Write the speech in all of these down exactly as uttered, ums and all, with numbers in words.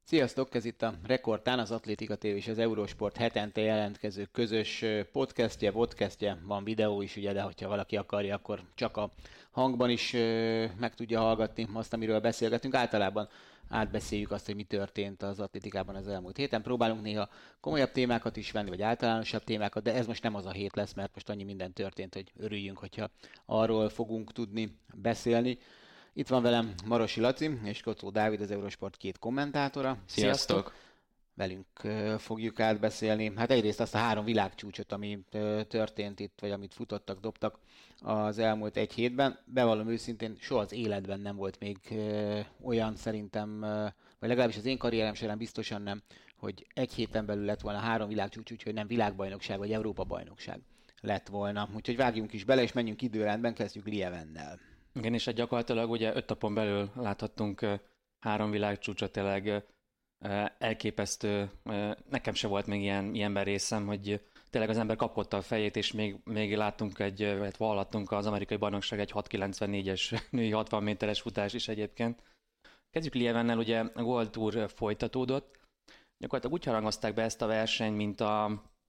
Sziasztok, ez itt a Rekordtán, az Atlétika té vé és az Eurosport hetente jelentkező közös podcastje, podcastje, van videó is, ugye, de hogyha valaki akarja, akkor csak a hangban is meg tudja hallgatni azt, amiről beszélgetünk. Általában átbeszéljük azt, hogy mi történt az atlétikában az elmúlt héten. Próbálunk néha komolyabb témákat is venni, vagy általánosabb témákat, de ez most nem az a hét lesz, mert most annyi minden történt, hogy örüljünk, hogyha arról fogunk tudni beszélni. Itt van velem Marosi Laci és Kocó Dávid, az Eurosport két kommentátora. Sziasztok! Velünk uh, fogjuk átbeszélni. Hát egyrészt azt a három világcsúcsot, ami uh, történt itt, vagy amit futottak, dobtak az elmúlt egy hétben. Bevallom őszintén, soha az életben nem volt még uh, olyan szerintem, uh, vagy legalábbis az én karrierem során biztosan nem, hogy egy héten belül lett volna három világcsúcs, úgyhogy nem világbajnokság, vagy Európa-bajnokság lett volna. Úgyhogy vágjunk is bele, és menjünk időrendben, kezdjük Lievennel. Igen, és gyakorlatilag ugye öt napon belül láthattunk uh, három világcsúcsot, tényleg uh, elképesztő. Uh, nekem se volt még ilyen, ilyenben részem, hogy tényleg az ember kapkodta a fejét, és még, még láttunk egy, vagy hallottunk az amerikai bajnokság egy hat kilencvennégyes női hatvan méteres futás is egyébként. Kezdjük Lievennel, ugye a World Tour folytatódott. Gyakorlatilag úgy harangozták be ezt a versenyt, mint a,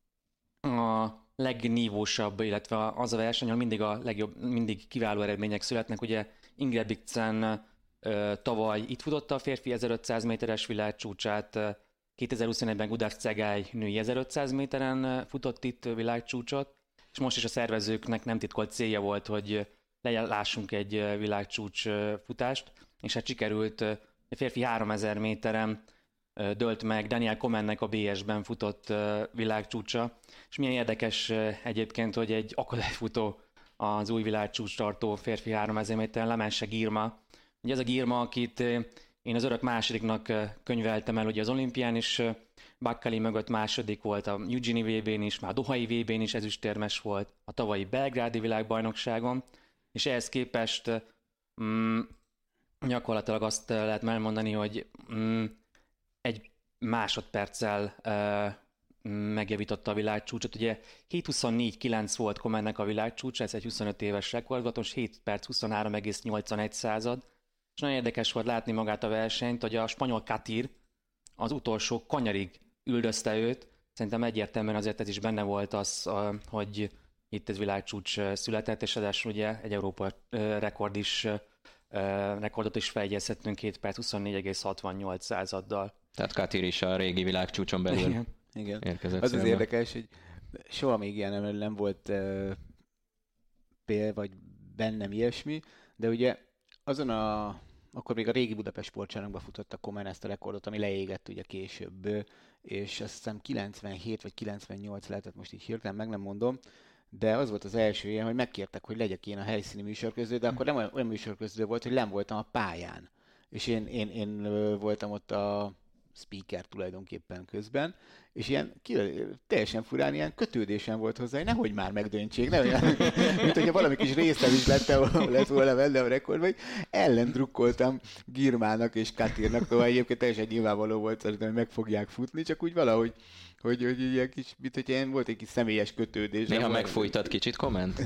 a legnívósabb, illetve az a verseny, ahol mindig a legjobb, mindig kiváló eredmények születnek. Ugye Ingebrigtsen tavaly itt futotta a férfi ezerötszáz méteres világcsúcsát, kétezer-huszonegyben Gudaf Cegály női ezerötszáz méteren futott itt világcsúcsot, és most is a szervezőknek nem titkolt célja volt, hogy lássunk egy világcsúcs futást, és hát sikerült a férfi háromezer méteren dölt meg Daniel Comennek a bé es-ben futott világcsúcsa, és milyen érdekes egyébként, hogy egy akadályfutó az új világcsúcs tartó férfi háromezer méteren, Lemense Girma. Ugye ez a Girma, akit én az örök másodiknak könyveltem el ugye az olimpián, és Bakkali mögött második volt a Eugene vé bén is, már a Dohai vé bén is ezüstérmes volt, a tavalyi belgrádi világbajnokságon, és ehhez képest mm, gyakorlatilag azt lehet elmondani, hogy mm, egy másodperccel uh, megjavította a világcsúcsot. Ugye hét huszonnégy kilenc volt Comennek a világcsúcsa, ez egy huszonöt éves rekord, most hét perc huszonhárom egész nyolcvanegy század. És nagyon érdekes volt látni magát a versenyt, hogy a spanyol Katir az utolsó kanyarig üldözte őt. Szerintem egyértelműen azért ez is benne volt az, hogy itt ez világcsúcs született, és ráadásul ugye egy Európa rekord is, rekordot is feljegyezhetünk két perc huszonnégy egész hatvannyolc századdal. Tehát Katir is a régi világcsúcson belül Igen. Igen. érkezett. Az az érdekes, hogy soha még ilyen nem, nem volt uh, példa, vagy bennem ilyesmi, de ugye azon a, akkor még a régi Budapest sportcsarnokban futott a Komen ezt a rekordot, ami leégett ugye később, és azt hiszem kilencvenhét vagy kilencvennyolc lehetett, most így hirtelen meg nem mondom, de az volt az első ilyen, hogy megkértek, hogy legyek én a helyszíni műsorközlő, de akkor nem olyan, olyan műsorközlő volt, hogy nem voltam a pályán. És én, én, én voltam ott a speaker tulajdonképpen közben, és ilyen ki, teljesen furán ilyen kötődésem volt hozzá, hogy nehogy már megdöntsék, ne olyan, mint hogyha valami kis részem is lett, lett volna benne a rekord, vagy ellen drukkoltam Girmának és Katirnak, tovább egyébként teljesen nyilvánvaló volt, hogy meg fogják futni, csak úgy valahogy, hogy, hogy ilyen kis, mint hogy ilyen volt egy kis személyes kötődés. Néha megfújtad kicsit komment?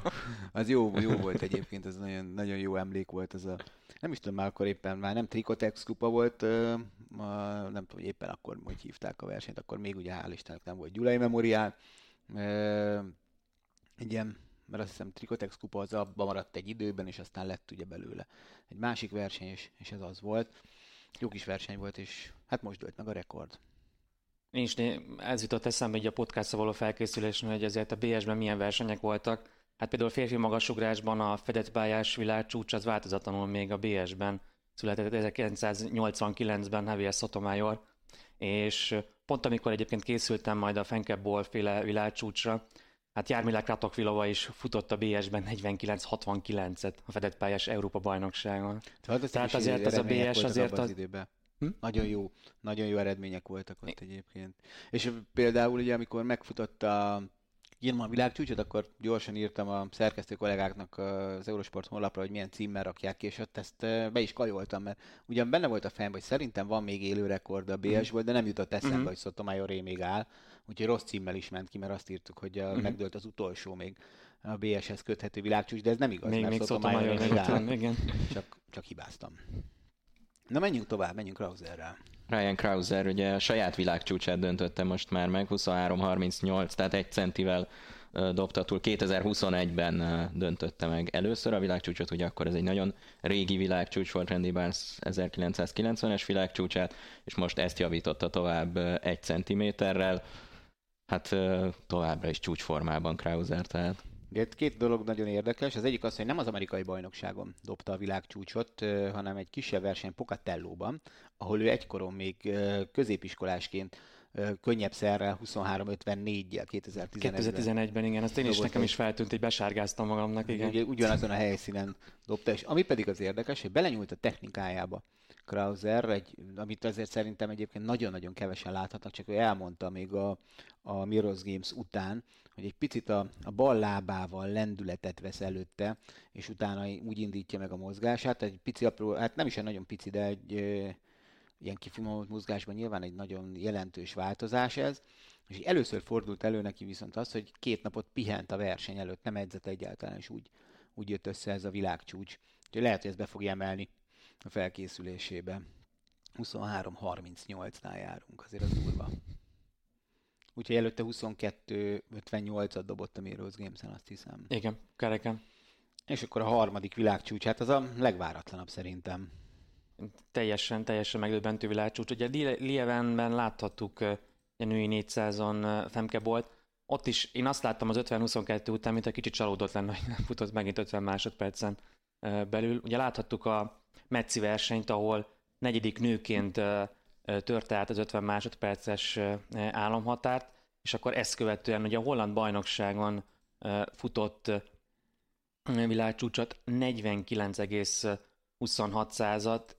Az jó, jó volt egyébként, ez nagyon, nagyon jó emlék volt ez a... Nem is tudom, már akkor éppen már nem Trikotex kupa volt, nem tudom, hogy éppen akkor, hogy hívták a versenyt, akkor még ugye hál' Istennek nem volt Gyulai Memoriál. Egy ilyen, mert azt hiszem Trikotex kupa az abban maradt egy időben, és aztán lett ugye belőle egy másik verseny, és, és ez az volt. Jó kis verseny volt, és hát most dőlt meg a rekord. Én is ez jutott eszembe így a podcastra való felkészülésnél, hogy azért a bé es-ben milyen versenyek voltak. Hát például a férfi magasugrásban a fedett pályás világcsúcs az változatlanul még a bé es-ben született ezerkilencszáznyolcvankilencben Javier Sotomayor, és pont amikor egyébként készültem majd a Fenkebb féle világcsúcsra, hát Jarmila Kratochvilova is futott a bé es-ben negyvenkilenc hatvankilencet a fedett pályás Európa bajnokságon. Tehát, Tehát azért az a bé es azért az... az... Hm? Nagyon jó, nagyon jó eredmények voltak ott egyébként. És például ugye amikor megfutott a Girma a világcsúcsot, akkor gyorsan írtam a szerkesztő kollégáknak az Eurosport honlapra, hogy milyen címmel rakják ki, és ott ezt be is kajoltam, mert ugyan benne volt a fejemben, hogy szerintem van még élő rekord a bé es-ből, de nem jutott eszembe, mm-hmm. hogy Sotomayoré még áll, úgyhogy rossz címmel is ment ki, mert azt írtuk, hogy a, mm-hmm. megdőlt az utolsó még a bé es-hez köthető világcsúcs, de ez nem igaz, még, mert még Sotomayoré Sotomayor még áll, igen. csak, csak hibáztam. Na menjünk tovább, menjünk Rauserrel. Ryan Krauser ugye a saját világcsúcsát döntötte most már meg, huszonhárom harmincnyolc, tehát egy centivel dobta túl. kétezer-huszonegyben döntötte meg először a világcsúcsot, ugye akkor ez egy nagyon régi világcsúcs volt, Randy Barnes ezerkilencszázkilencvenes világcsúcsát, és most ezt javította tovább egy centiméterrel. Hát továbbra is csúcsformában Krauser, tehát. Két dolog nagyon érdekes. Az egyik az, hogy nem az amerikai bajnokságon dobta a világcsúcsot, hanem egy kisebb verseny Pocatellóban, ahol ő egykoron még középiskolásként könnyebb szerrel huszonhárom ötvennégyel kétezer-tizenegyben. kétezer-tizenegyben, igen, azt én is nekem is feltűnt, hogy besárgáztam magamnak, igen. Ugye, ugyanazon a helyszínen dobta, és ami pedig az érdekes, hogy belenyúlt a technikájába Krauser, egy, amit azért szerintem egyébként nagyon-nagyon kevesen láthatnak, csak ő elmondta még a, a Mirror's Games után, hogy egy picit a, a bal lábával lendületet vesz előtte, és utána úgy indítja meg a mozgását, egy pici apró, hát nem is egy nagyon pici, de egy e, ilyen kifinomult mozgásban nyilván egy nagyon jelentős változás ez, és először fordult elő neki viszont az, hogy két napot pihent a verseny előtt, nem edzett egyáltalán, és úgy, úgy jött össze ez a világcsúcs. Úgyhogy lehet, hogy ezt be fogja emelni a felkészülésébe. huszonhárom harmincnyolcnál járunk, azért az durva. Úgyhogy előtte huszonkettő ötvennyolcat dobott a Mirror's Games-en, azt hiszem. Igen, kereken. És akkor a harmadik világcsúcs, hát az a legváratlanabb szerintem. Teljesen, teljesen megdöbbentő világcsúcs. Ugye Lievenben láthattuk a női négyszázon Femke Bolt. Ott is én azt láttam az ötven huszonkettő után, mint egy kicsit csalódott lenne, hogy nem futott megint ötven másodpercen belül. Ugye láthattuk a Metzi versenyt, ahol negyedik nőként törte át az ötven másodperces államhatárt, és akkor ezt követően ugye a holland bajnokságon futott világcsúcsot negyvenkilenc egész huszonhat század.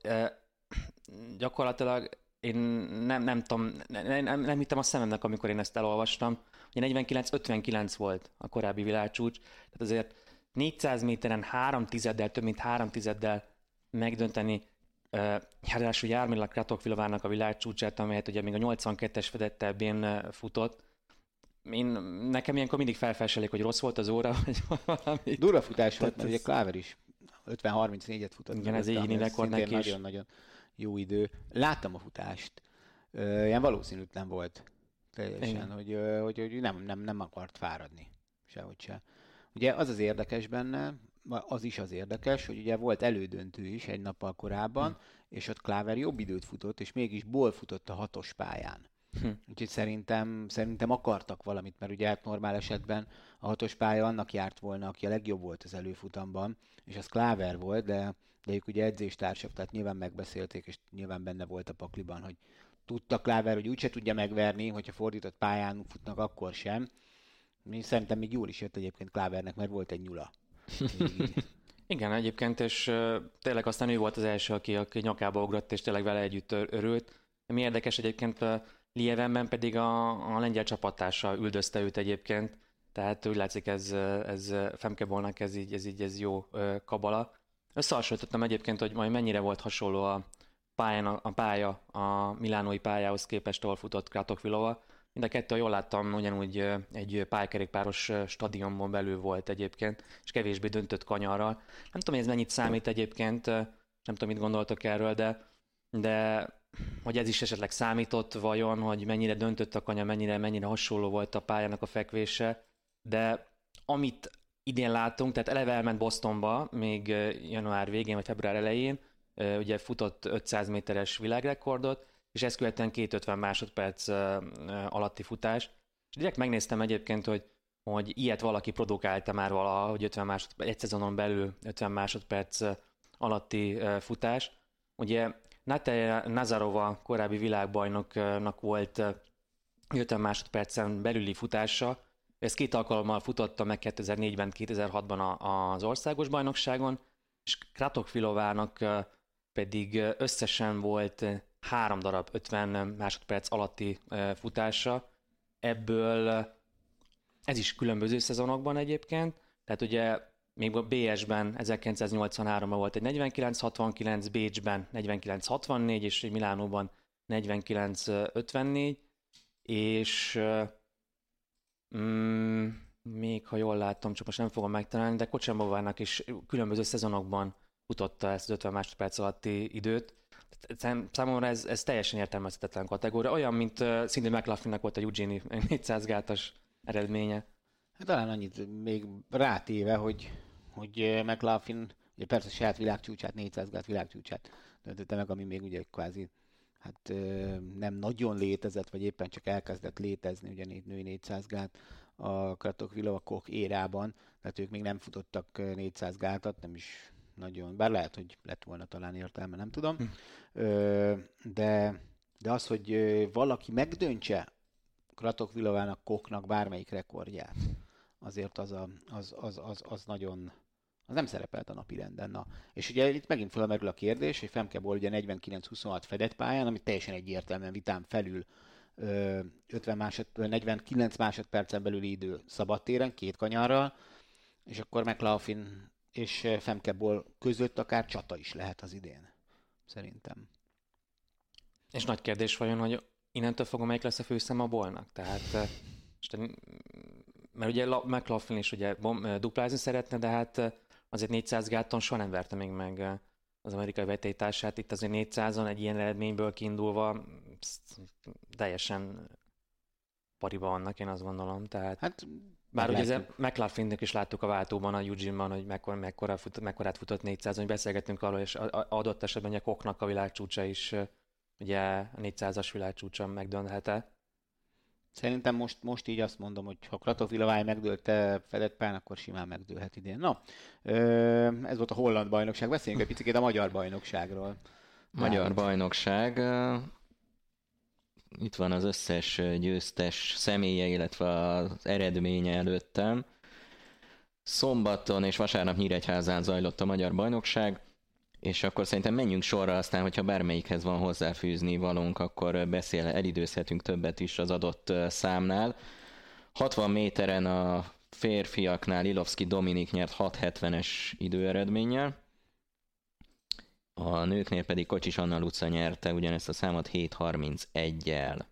Gyakorlatilag én nem, nem tudom, nem, nem, nem hittem a szememnek, amikor én ezt elolvastam. Ugye negyvenkilenc ötvenkilenc volt a korábbi világcsúcs, tehát azért négyszáz méteren három tizeddel, több mint három tizeddel megdönteni ráadásul Jarmila Kratochvilovának a világcsúcsát, amelyet ugye még a nyolcvankettes fedettebén futott. Én, nekem ilyenkor mindig felfelselik, hogy rossz volt az óra, vagy valami. Durva futás volt, mert ez... ugye Klaver is ötven harmincnégyet futott. Igen, ez így rekord neki is. Nagyon-nagyon jó idő. Láttam a futást. Ilyen valószínűtlen volt teljesen, hogy, hogy, hogy nem, nem, nem akart fáradni. Sehogy se. Ugye az az érdekes benne, az is az érdekes, hogy ugye volt elődöntő is egy nappal korábban, hm. és ott Klaver jobb időt futott, és mégis Boll futott a hatos pályán. Hm. Úgyhogy szerintem, szerintem akartak valamit, mert ugye hát normál esetben a hatos pálya annak járt volna, aki a legjobb volt az előfutamban, és az Klaver volt, de, de ők ugye edzéstársak, tehát nyilván megbeszélték, és nyilván benne volt a pakliban, hogy tudta Klaver, hogy úgyse tudja megverni, hogyha fordított pályán futnak, akkor sem. Szerintem még jól is jött egyébként Klavernek, mert volt egy nyula. Igen, egyébként, és uh, tényleg aztán ő volt az első, aki, aki nyakába ugrott, és tényleg vele együtt örült. Mi érdekes egyébként, uh, Lievenben pedig a, a lengyel csapattársa üldözte őt egyébként, tehát úgy látszik ez, ez Femke Bollnak ez így, ez így ez jó uh, kabala. Összehasonlítottam egyébként, hogy majd mennyire volt hasonló a, pályán, a pálya a milánói pályához képest, ahol futott Kratochvilova. Mind a kettő, jól láttam, ugyanúgy egy pályakerékpáros stadionban belül volt egyébként, és kevésbé döntött kanyarral. Nem tudom, hogy ez mennyit számít egyébként, nem tudom, mit gondoltok erről, de, de hogy ez is esetleg számított vajon, hogy mennyire döntött a kanyar, mennyire, mennyire hasonló volt a pályának a fekvése, de amit idén látunk, tehát eleve elment Bostonba, még január végén vagy február elején, ugye futott ötszáz méteres világrekordot, és ezt követően kétszázötven másodperc alatti futás. És direkt megnéztem egyébként, hogy, hogy ilyet valaki produkálta már valaha, hogy ötven másodperc, egy szezonon belül ötven másodperc alatti futás. Ugye Natalia Nazarova korábbi világbajnoknak volt ötven másodpercen belüli futása. Ezt két alkalommal futotta meg kétezer-négyben, kétezer-hatban az országos bajnokságon, és Kratochvilovának pedig összesen volt három darab ötven másodperc alatti futása. Ebből ez is különböző szezonokban egyébként. Tehát ugye még a bé es-ben ezerkilencszáznyolcvanháromban volt egy negyvenkilenc hatvankilenc, Bécsben negyvenkilenc hatvannégy, és Milánóban negyvenkilenc ötvennégy, és mm, még ha jól láttam, csak most nem fogom megtalálni, de Kocsenbovának is különböző szezonokban futotta ezt az ötven másodperc alatti időt. Számomra ez, ez teljesen értelmezhetetlen kategória. Olyan, mint uh, Cindy McLaughlinnak volt a Eugene négyszáz gátas eredménye. Hát talán annyit még rátéve, hogy, hogy McLaughlin, ugye persze a saját világcsúcsát, négyszáz gát világcsúcsát döntötte meg, ami még ugye kvázi hát nem nagyon létezett, vagy éppen csak elkezdett létezni, ugye női négyszáz gát a Kratochvíl-Koch érában, tehát ők még nem futottak négyszáz gátat, nem is nagyon, bár lehet, hogy lett volna talán értelme, nem tudom. Hm. De, de az, hogy valaki megdöntse Kratochvílovának, Kochnak bármelyik rekordját, azért az, a, az, az, az, az nagyon, az nem szerepelt a napirenden. Na. És ugye itt megint felmerül a kérdés, hogy Femke Bol ugye negyvenkilenc huszonhat fedett pályán, ami teljesen egyértelműen vitán felül ötven másod, negyvenkilenc másodpercen belüli idő szabadtéren, két kanyarral, és akkor McLaughlin és Femke Bol között akár csata is lehet az idén, szerintem. És nagy kérdés vajon, hogy innentől fogom, melyik lesz a főszem a Bolnak? Tehát, mert ugye McLaughlin is ugye duplázni szeretne, de hát azért négyszáz gáton soha nem verte még meg az amerikai vetélytársát. Itt azért négyszázon egy ilyen eredményből kiindulva teljesen pariba vannak, én azt gondolom. Tehát, hát, bár ugye McLaughlinnek is láttuk a váltóban, a Eugene-ban, hogy mekkor, mekkora fut, mekkorát futott négyszázon, hogy beszélgettünk arról, és adott esetben a Kochnak a világcsúcsa is, ugye a négyszázas világcsúcsa megdönthete. Szerintem most, most így azt mondom, hogy ha Kratochvíl megdőlte fedett pályán, akkor simán megdőlhet idén. Na, ez volt a holland bajnokság. Beszéljünk egy picit a magyar bajnokságról. Magyar Már bajnokság. Itt van az összes győztes személye, illetve az eredménye előttem. Szombaton és vasárnap Nyíregyházán zajlott a magyar bajnokság, és akkor szerintem menjünk sorra, aztán, hogyha bármelyikhez van hozzáfűzni valónk, akkor beszél, elidőzhetünk többet is az adott számnál. hatvan méteren a férfiaknál Ilovszki Dominik nyert hat hetvenes időeredménnyel, a nőknél pedig Kocsis Anna Luca nyerte ugyanezt a számot hét harmincegyel.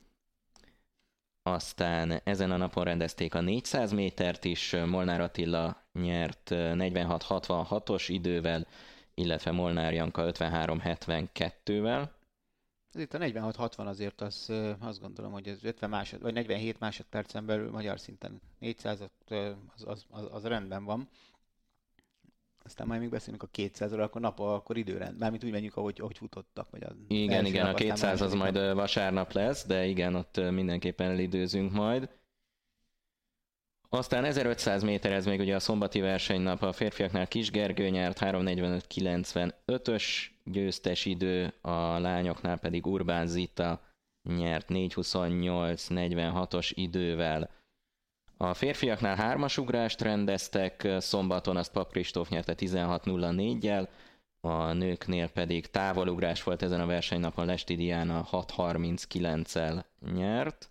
Aztán ezen a napon rendezték a négyszáz métert is, Molnár Attila nyert negyvenhat hatvanhatos idővel, illetve Molnár Janka ötvenhárom hetvenkettővel. Ez itt a negyvenhat hatvan azért az, azt gondolom, hogy ez ötven másod, vagy negyvenhét másodpercen belül magyar szinten négyszáz, az, az, az, az rendben van. Aztán majd még beszélünk a kétszázról, akkor nap, akkor időrend. Mármint úgy menjünk, ahogy, ahogy futottak. Vagy az igen, igen, nap, a kétszáz az majd nap. Vasárnap lesz, de igen, ott mindenképpen elidőzünk majd. Aztán ezerötszáz méter, ez még ugye a szombati versenynap, a férfiaknál Kis Gergő nyert három negyvenöt kilencvenötös győztes idő, a lányoknál pedig Urbán Zita nyert négy huszonnyolc negyvenhatos idővel. A férfiaknál hármasugrást rendeztek, szombaton azt Pap Kristóf nyerte tizenhat nulla négyel, a nőknél pedig távolugrás volt ezen a versenynapon, Lesti Diana hat harminckilenccel nyert.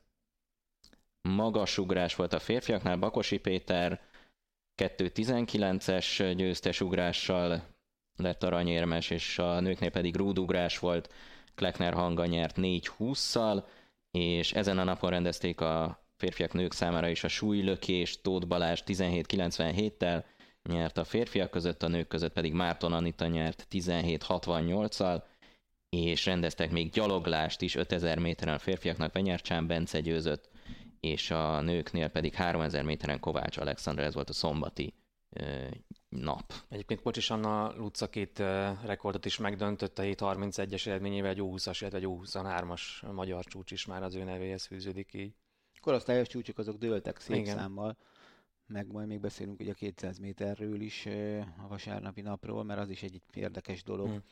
Magasugrás volt a férfiaknál, Bakosi Péter kettő tizenkilences győztes ugrással lett aranyérmes, és a nőknél pedig rúdugrás volt, Kleckner Hanga nyert négy hússzal, és ezen a napon rendezték a férfiak nők számára is a súlylökés, Tóth Balázs tizenhét kilencvenhéttel nyert a férfiak között, a nők között pedig Márton Anita nyert tizenhét hatvannyolccal, és rendeztek még gyaloglást is ötezer méteren a férfiaknak, Venyercsán Bence győzött, és a nőknél pedig háromezer méteren Kovács Alexandra, ez volt a szombati ö, nap. Egyébként Kocsis Anna Luca két uh, rekordot is megdöntött a hét harmincegyes eredményével, egy U húszas, illetve egy U huszonhármas magyar csúcs is már az ő nevéhez fűződik így. Korosztályos csúcsok azok dőltek szép Igen. számmal, meg majd még beszélünk ugye a kétszáz méterről is a vasárnapi napról, mert az is egy érdekes dolog. Hmm.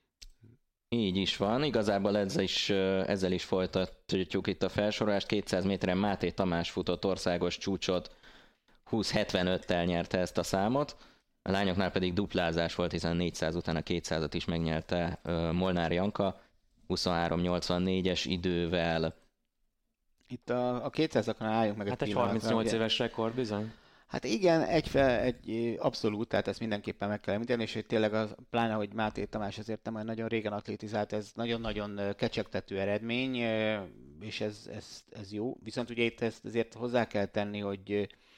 Így is van, igazából ezzel is, ezzel is folytatjuk itt a felsorolást. kétszáz méteren Máté Tamás futott országos csúcsot, húsz hetvenöttel nyerte ezt a számot. A lányoknál pedig duplázás volt, hiszen négyszáz után a kétszázat is megnyerte Molnár Janka, huszonhárom nyolcvannégyes idővel. Itt a, a kétszázaknál álljunk meg hát egy harmincnyolc éves rekord bizony. Hát igen, egy, egy abszolút, tehát ezt mindenképpen meg kell említeni, és hogy tényleg az, pláne, hogy Máté Tamás azért nem olyan nagyon régen atlétizált, ez nagyon-nagyon kecsegtető eredmény, és ez, ez, ez jó. Viszont ugye itt ezt azért hozzá kell tenni, hogy,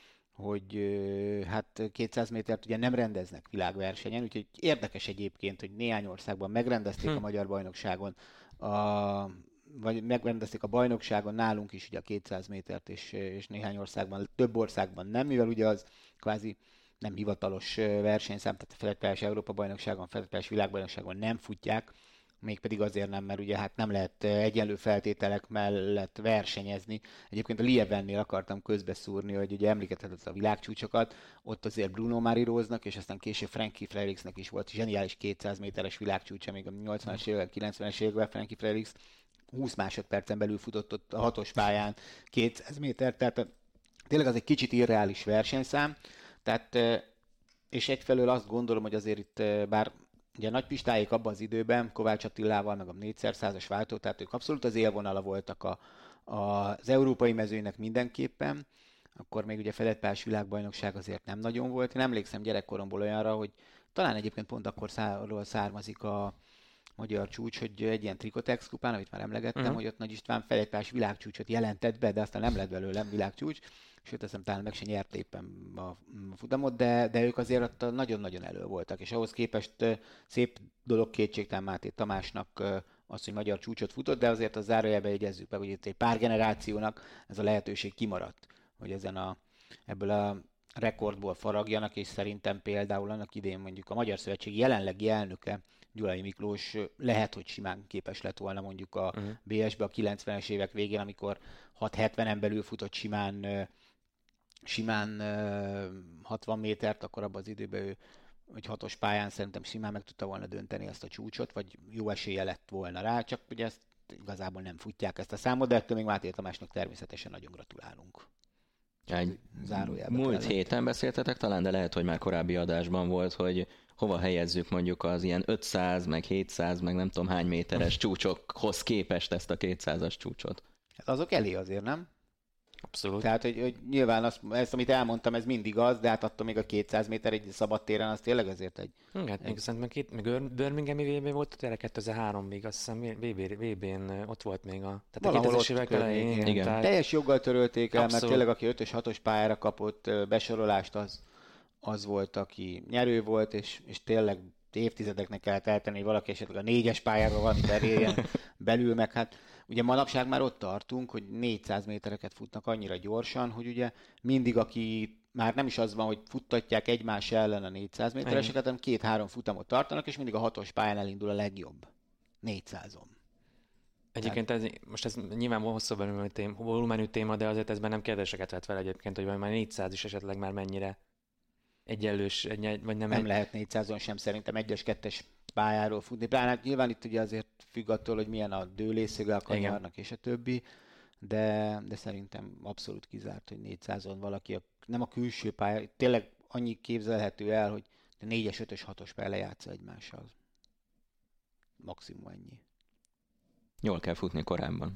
hogy hát kétszáz métert ugye nem rendeznek világversenyen, úgyhogy érdekes egyébként, hogy néhány országban megrendezték hm. a magyar bajnokságon, a, vagy megrendezték a bajnokságon, nálunk is ugye a kétszáz métert, és, és néhány országban, több országban nem, mivel ugye az kvázi nem hivatalos versenyszám, tehát a fedett Európa bajnokságon, fedett világbajnokságon nem futják, mégpedig azért nem, mert ugye hát nem lehet egyenlő feltételek mellett versenyezni. Egyébként a Liebennél akartam közbeszúrni, hogy ugye emlékeztetett a világcsúcsokat, ott azért Bruno Mariróznak, és aztán később Frankie Frerichsnek is volt zseniális kétszáz méteres világcsúcsa, még a nyolcvanas években, kilencvenes években Frankie Frerichs húsz másodpercen belül futott ott a hatos pályán kétszáz méter, tehát tényleg az egy kicsit irreális versenyszám, tehát és egyfelől azt gondolom, hogy azért itt bár ugye nagy pistáik abban az időben, Kovács Attilával, meg a négyszer százas váltó, tehát ők abszolút az élvonala voltak a, a, az európai mezőnynek mindenképpen, akkor még ugye fedett pályás világbajnokság azért nem nagyon volt. Én emlékszem gyerekkoromból olyanra, hogy talán egyébként pont akkor szárról származik a magyar csúcs, hogy egy ilyen Trikotex kupán, amit már emlegettem, uh-huh. hogy ott Nagy István fedett pályás világcsúcsot jelentett be, de aztán nem lett belőle világcsúcs, sőt, azt talán meg se nyert éppen a futamot, de, de ők azért ott nagyon-nagyon elő voltak, és ahhoz képest szép dolog kétségtelen Máté Tamásnak az, hogy magyar csúcsot futott, de azért a zárójelbe jegyezzük meg, hogy itt egy pár generációnak ez a lehetőség kimaradt, hogy ezen a, ebből a rekordból faragjanak, és szerintem például annak idén mondjuk a Magyar Szövetség jelenlegi elnöke, Gyulai Miklós lehet, hogy simán képes lett volna mondjuk a uh-huh. bé es-be a kilencvenes évek végén, amikor hat hetvenen belül futott simán simán hatvan métert, akkor abban az időben ő, hogy hatos pályán szerintem simán meg tudta volna dönteni ezt a csúcsot, vagy jó esélye lett volna rá, csak ugye ezt igazából nem futják ezt a számot, de ettől még Máté Tamásnak természetesen nagyon gratulálunk. Egy múlt kellett. Héten beszéltetek talán, de lehet, hogy már korábbi adásban volt, hogy hova helyezzük mondjuk az ilyen ötszáz, meg hétszáz, meg nem tudom hány méteres csúcsokhoz képest ezt a kétszázas csúcsot. Hát azok elé azért, nem? Abszolút. Tehát, hogy, hogy nyilván azt, ezt, amit elmondtam, ez mindig az, de hát attól még a kétszáz méter egy szabadtéren, az tényleg azért egy... Hát egy... még szerintem két, még Birminghami vé bé volt, tényleg kétezer-három-ig, azt hiszem vé bén ott volt még a... Tehát a kétezres évek elején. Igen. Igen. Tehát... Teljes joggal törölték el, Abszolút. Mert tényleg aki ötös hatos pályára kapott besorolást, az, az volt, aki nyerő volt, és, és tényleg évtizedeknek kellett eltenni, hogy valaki esetleg a négyes pályára valamit elérjen belül, meg hát ugye manapság már ott tartunk, hogy négyszáz métereket futnak annyira gyorsan, hogy ugye mindig, aki már nem is az van, hogy futtatják egymás ellen a négyszáz métereseket, hanem két-három futamot tartanak, és mindig a hatos pályán elindul a legjobb. négyszázon. Egyébként ez, most ez nyilván hosszabb volumenű téma, de azért ezben nem kérdéseket vett fel egyébként, hogy már négyszáz is esetleg már mennyire egyenlős, egy, vagy nem. Nem egy... lehet négyszázon sem szerintem egyes, kettes pályáról futni. Pláne nyilván itt ugye azért függ attól, hogy milyen a dőlészöge a kanyarnak és a többi, de, de szerintem abszolút kizárt, hogy négyszázon valaki, a, nem a külső pálya, tényleg annyi képzelhető el, hogy négyes, ötös, hatos pálya lejátsza egymással. Maximum ennyi. Jól kell futni korábban. Hm.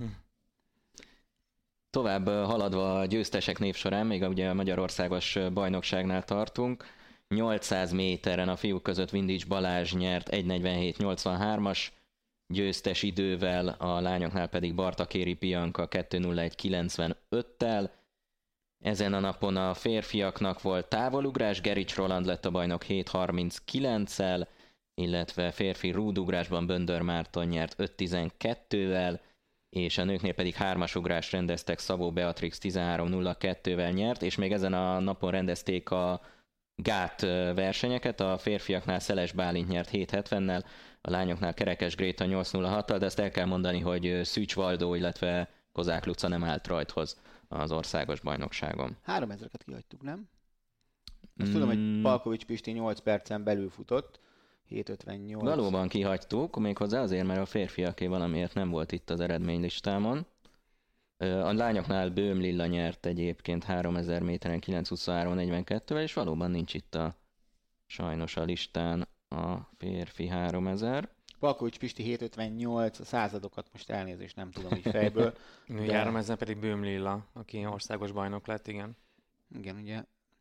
Tovább haladva a győztesek névsorán, még ugye a Magyarországos bajnokságnál tartunk. nyolcszáz méteren a fiúk között Vindics Balázs nyert egy negyvenhét nyolcvanhármas győztes idővel, a lányoknál pedig Bartakéri Bianca kettő nulla egy kilencvenöttel. Ezen a napon a férfiaknak volt távolugrás, Gerics Roland lett a bajnok hét harminckilenccel, illetve férfi rúdugrásban Böndör Márton nyert öt tizenkettővel, és a nőknél pedig hármasugrást rendeztek, Szabó Beatrix tizenhárom nulla kettővel nyert, és még ezen a napon rendezték a gát versenyeket, a férfiaknál Szeles Bálint nyert hét hetvennel, a lányoknál Kerekes Gréta nyolc nulla hattal, de ezt el kell mondani, hogy Szűcs Valdó, illetve Kozák Luca nem állt rajthoz az országos bajnokságon. háromezreket kihagytuk, nem? Azt mm. tudom, hogy Palkovics Pisti nyolc percen belül futott, hét ötvennyolc. Valóban kihagytuk, méghozzá azért, mert a férfiaké valamiért nem volt itt az eredménylistámon. A lányoknál Böhm Lilla nyert egyébként háromezer méteren kilenc huszonhárom negyvenkettővel, és valóban nincs itt a sajnos a listán a férfi háromezer. Palkovics Pisti hét ötvennyolc, a századokat most elnézést nem tudom így fejből. De... háromezer pedig Böhm Lilla, aki országos bajnok lett, igen. Igen, ugye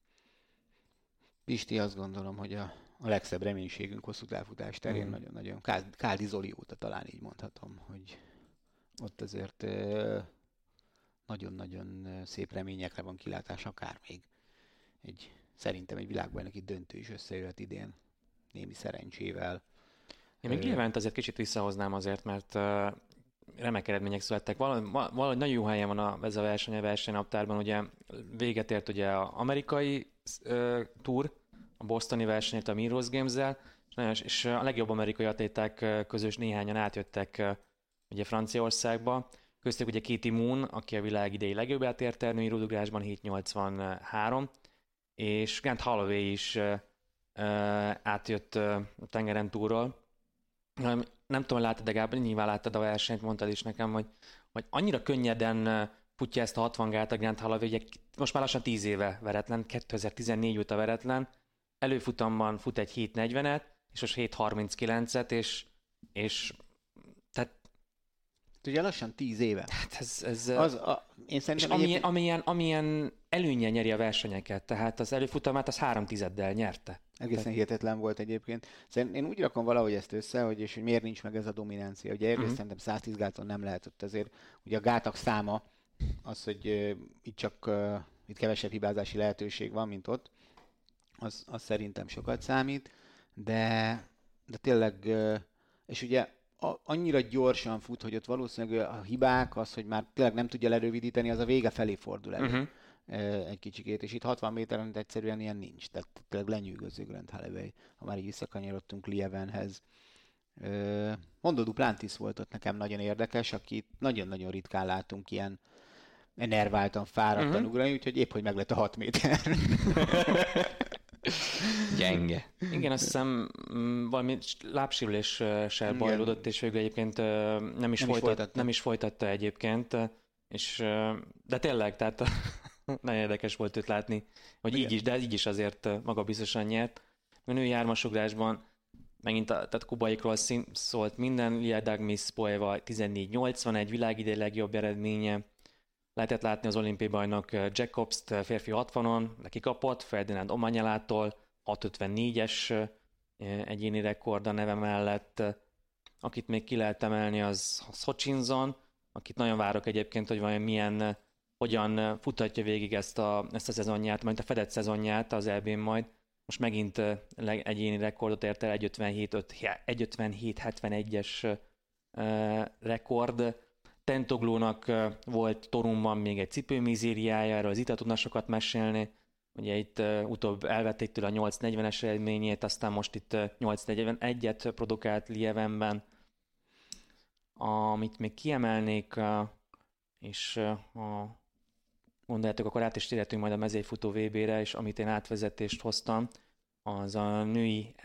Pisti azt gondolom, hogy a, a legszebb reménységünk hosszú távfutás terén, mm. nagyon-nagyon. Káldi Zoli óta talán így mondhatom, hogy ott azért nagyon-nagyon szép reményekre van kilátás, akár még egy szerintem egy világbajnoki döntő is összejöhet idén, némi szerencsével. Én még Lievent azért kicsit visszahoznám azért, mert uh, remek eredmények születtek. Valahogy, valahogy nagyon jó helyen van a, ez a verseny a versenynaptárban. Ugye véget ért ugye az amerikai uh, túr, a bostoni versenyt a Millrose Games-zel, és, és a legjobb amerikai atléták közös néhányan átjöttek uh, ugye Franciaországba. Köztük ugye Katie Moon, aki a világ idei legjobbát érte női rúdugrásban hét nyolcvanhárom, és Grant Holloway is uh, uh, átjött uh, tengeren túlról. Nem tudom, láttad, de Gábor, nyilván láttad a versenyt, mondtad is nekem, hogy, hogy annyira könnyeden futja ezt a hatvan gát a Grant Holloway, ugye most már lassan tíz éve veretlen, kétezer-tizennégy óta veretlen, előfutamban fut egy hét negyvenet, és most hét harminckilencet, és, és tehát ugye lassan tíz éve. Hát ez, ez az, a, én szerintem és amilyen, egyébként... amilyen, amilyen előnye nyeri a versenyeket, tehát az előfutamát az három tizeddel nyerte. Egészen Tehát... hihetetlen volt egyébként. Szerintem én úgy rakom valahogy ezt össze, hogy, és hogy miért nincs meg ez a dominancia. Ugye egyrészt uh-huh. szerintem száz tíz gáton nem lehetett azért. Ugye a gátak száma az, hogy uh, itt csak uh, itt kevesebb hibázási lehetőség van, mint ott, az, az szerintem sokat számít, de, de tényleg, uh, és ugye a, annyira gyorsan fut, hogy ott valószínűleg a hibák, az, hogy már tényleg nem tudja lerövidíteni, az a vége felé fordul elő. Uh-huh. egy kicsikét, és itt hatvan méteren egyszerűen ilyen nincs, tehát tényleg lenyűgöző Grant Holloway, ha már így visszakanyarodtunk Lievenhez. Mondó Duplantis volt ott nekem nagyon érdekes, akit nagyon-nagyon ritkán látunk ilyen enerváltan, fáradtan uh-huh. ugrani, úgyhogy épp, hogy meg lett a hat méter. Gyenge. Igen, azt hiszem valami lábsérüléssel bajlódott, és végül egyébként nem is, nem, folytat, is folytatta. nem is folytatta egyébként, és, de tényleg, tehát nagyon érdekes volt őt látni, hogy igen. így is, de így is azért maga biztosan nyert. A női hármasugrásban megint a, tehát kubaikról szín, szólt minden, Lia Dagmis Poeva tizennégy nyolcvanegy, világidei legjobb eredménye. Lehetett látni az olimpiai bajnok Jacobst férfi hatvanon, neki kapott, Ferdinand Omanyalától hat ötvennégyes egyéni rekord a neve mellett. Akit még ki lehet emelni, az, az Hutchinson, akit nagyon várok egyébként, hogy vajon milyen, hogyan futatja végig ezt a, ezt a szezonját, majd a fedett szezonját az é bén majd. Most megint egyéni rekordot ért el, egy ötvenhét hetvenegyes rekord. Tentoglónak volt Torunban még egy cipőmizériája, erről az Ita tudna sokat mesélni. Ugye itt utóbb elvették tőle a nyolc negyvenes eredményét, aztán most itt nyolc negyvenegyet produkált Lievenben. Amit még kiemelnék, és a, gondoljátok, akkor át is térhetünk majd a mezőnyfutó vé bére, és amit én átvezetést hoztam, az a női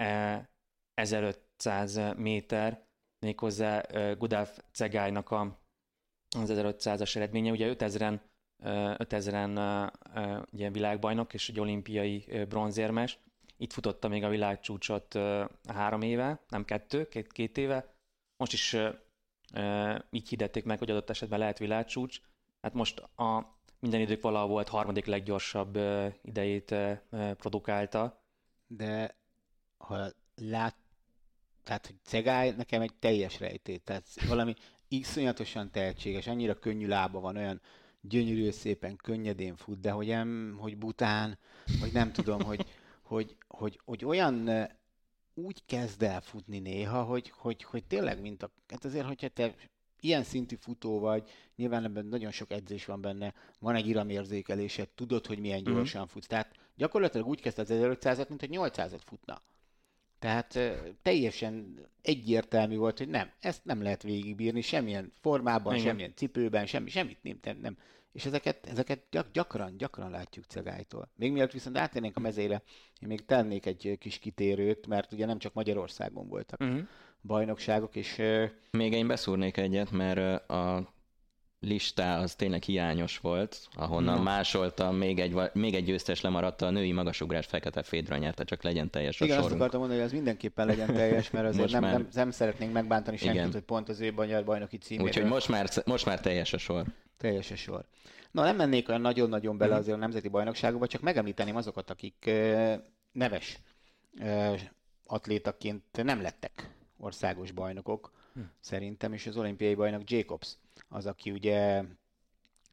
ezerötszáz méter, méghozzá Gudaf Cegálynak a, az ezerötszázas eredménye. Ugye ötezren, ötezren ugye világbajnok és egy olimpiai bronzérmes. Itt futotta még a világcsúcsot három éve, nem kettő, két, két éve. Most is így hirdették meg, hogy adott esetben lehet világcsúcs. Hát most a minden idők valaha volt harmadik leggyorsabb idejét produkálta. De ha lát, tehát hogy Cegály nekem egy teljes rejtét, tehát valami iszonyatosan tehetséges, annyira könnyű lába van, olyan gyönyörű, szépen, könnyedén fut, de hogy, nem, hogy bután, hogy nem tudom, hogy, hogy, hogy, hogy olyan úgy kezd el futni néha, hogy, hogy, hogy tényleg, mint a, hát azért, hogyha te ilyen szintű futó vagy, nyilván ebben nagyon sok edzés van benne, van egy iramérzékelésed, tudod, hogy milyen gyorsan futsz. Tehát gyakorlatilag úgy kezdte az ezerötszázat, mint hogy nyolcszázat futna. Tehát teljesen egyértelmű volt, hogy nem, ezt nem lehet végigbírni, semmilyen formában, igen. semmilyen cipőben, semmi, semmit nem. nem. És ezeket, ezeket gyak, gyakran, gyakran látjuk Cegálytól. Még mielőtt viszont átérnénk a mezére, én még tennék egy kis kitérőt, mert ugye nem csak Magyarországon voltak uh-huh. bajnokságok, és... Még én beszúrnék egyet, mert a listá az tényleg hiányos volt, ahonnan no. másoltam, még egy, még egy győztes lemaradt, a női magasugrás Fekete Fédről nyerte, csak legyen teljes a igen, sorunk. azt akartam mondani, hogy ez mindenképpen legyen teljes, mert azért nem, már... nem, nem szeretnénk megbántani senkit, igen. hogy pont az ő magyar bajnoki címéről. Úgyhogy most már, most már teljes a sor. Teljes a sor. No, nem mennék olyan nagyon-nagyon bele azért a nemzeti bajnokságokba, csak megemlíteném azokat, akik uh, neves uh, atlétaként nem lettek országos bajnokok, hm. szerintem, és az olimpiai bajnok Jacobs az, aki ugye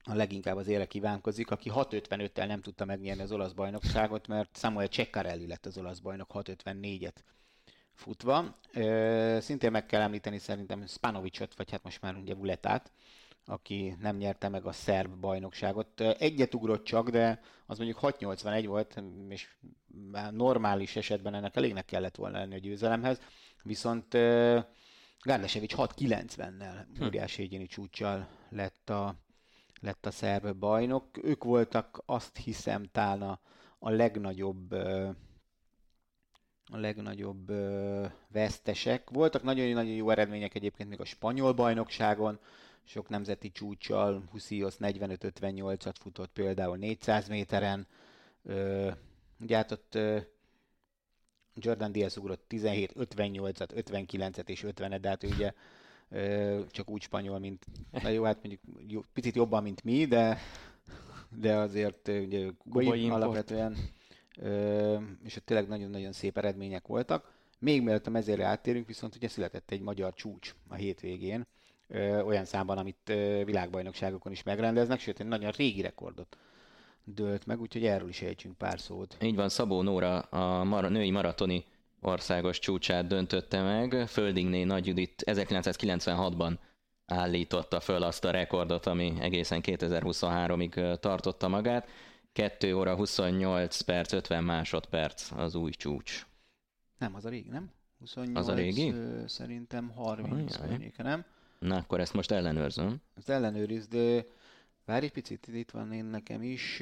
a leginkább az éle kívánkozik, aki hat ötvenöttel nem tudta megnyerni az olasz bajnokságot, mert Samuel Ceccarelli lett az olasz bajnok hat ötvennégyet futva. Ö, szintén meg kell említeni szerintem Spanovicot, vagy hát most már ugye Vuletát, aki nem nyerte meg a szerb bajnokságot. Egyet ugrott csak, de az mondjuk hat nyolcvanegy volt, és normális esetben ennek elégnek kellett volna lenni a győzelemhez. Viszont uh, Gárdasevics hat kilencvennel óriási egyéni csúccsal lett a, lett a szerb bajnok. Ők voltak, azt hiszem, talán a, a legnagyobb uh, a legnagyobb uh, vesztesek. Voltak nagyon-nagyon jó eredmények egyébként még a spanyol bajnokságon, sok nemzeti csúccsal, Husziosz negyvenöt ötvennyolcat futott például négyszáz méteren. Uh, ugye hát ott uh, Jordan Diaz ugrott tizenhét ötvennyolcat, ötvenkilencet és ötvenet, de hát ő ugye uh, csak úgy spanyol, mint, na jó, hát mondjuk jó, picit jobban, mint mi, de, de azért uh, ugye Kubai alapvetően, uh, és ott tényleg nagyon-nagyon szép eredmények voltak. Még mielőtt a mezőre áttérünk, viszont ugye született egy magyar csúcs a hétvégén, uh, olyan számban, amit uh, világbajnokságokon is megrendeznek, sőt egy nagyon régi rekordot dőlt meg, úgyhogy erről is ejtsünk pár szót. Így van, Szabó Nóra a mar- női maratoni országos csúcsát döntötte meg. Földingné Nagy Judit ezerkilencszázkilencvenhatban állította föl azt a rekordot, ami egészen kétezer-huszonháromig tartotta magát. kettő óra huszonnyolc perc, ötven másodperc az új csúcs. Nem, az a régi, nem? huszonnyolc, az a régi? Ö, szerintem harminc környéke, nem? Na, akkor ezt most ellenőrzöm. Ezt ellenőrizd, de várj egy picit, itt van én nekem is.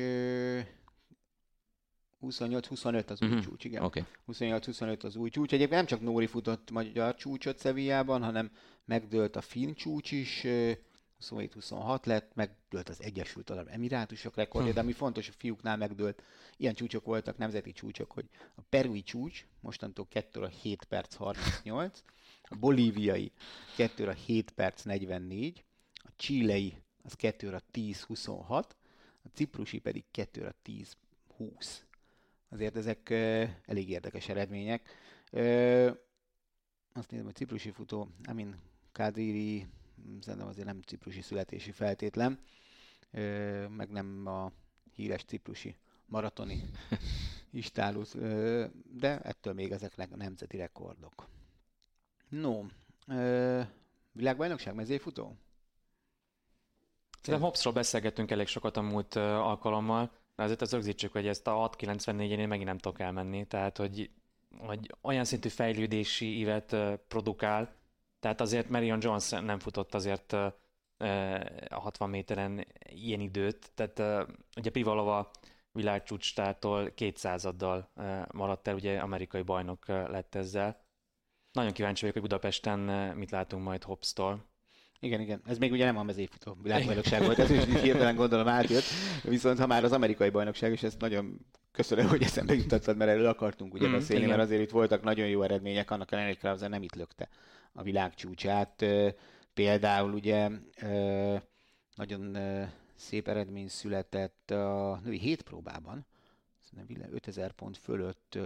huszonnyolc huszonöt az új uh-huh. csúcs, igen. Okay. huszonnyolc huszonöt az új csúcs. Egyébként nem csak Nóri futott magyar csúcsot Sevillában, hanem megdőlt a finn csúcs is, huszonhét huszonhat lett, megdőlt az Egyesült Arab Emirátusok rekordja, de ami fontos, a fiúknál megdőlt. Ilyen csúcsok voltak, nemzeti csúcsok, hogy a perui csúcs mostantól kettő óra hét perc harmincnyolc, a bolíviai kettő óra hét perc negyvennégy, a chilei az kettő óra tíz huszonhat, a ciprusi pedig kettő óra tíz húsz. Azért ezek uh, elég érdekes eredmények. Uh, azt nézem, hogy ciprusi futó, Amin Kadiri, szerintem azért nem ciprusi születési feltétlen, uh, meg nem a híres ciprusi maratoni Istálus, uh, de ettől még ezek nemzeti rekordok. No, uh, világbajnokság mezőfutó? Szerintem Hobbsról beszélgettünk elég sokat a múlt uh, alkalommal, de azért az rögzítsük, hogy ezt a hat kilencvennégyen megint nem tudok elmenni, tehát hogy, hogy olyan szintű fejlődési ívet uh, produkál, tehát azért Marion Jones nem futott azért uh, a hatvan méteren ilyen időt, tehát uh, ugye Privalova világcsúcstártól kétszázaddal uh, maradt el, ugye amerikai bajnok uh, lett ezzel. Nagyon kíváncsi vagyok, hogy Budapesten uh, mit látunk majd Hobbstól. Igen, igen. Ez még ugye nem a mezőfutó világbajnokság volt, ez is hirtelen gondolom átjött. Viszont ha már az amerikai bajnokság, és ezt nagyon köszönöm, hogy eszembe jutottad, mert erről akartunk ugye mm, beszélni, igen. Mert azért itt voltak nagyon jó eredmények, annak ellenére, hogy Krauser nem itt lökte a világcsúcsát. Például ugye nagyon szép eredmény született a női hétpróbában, ötezer pont fölött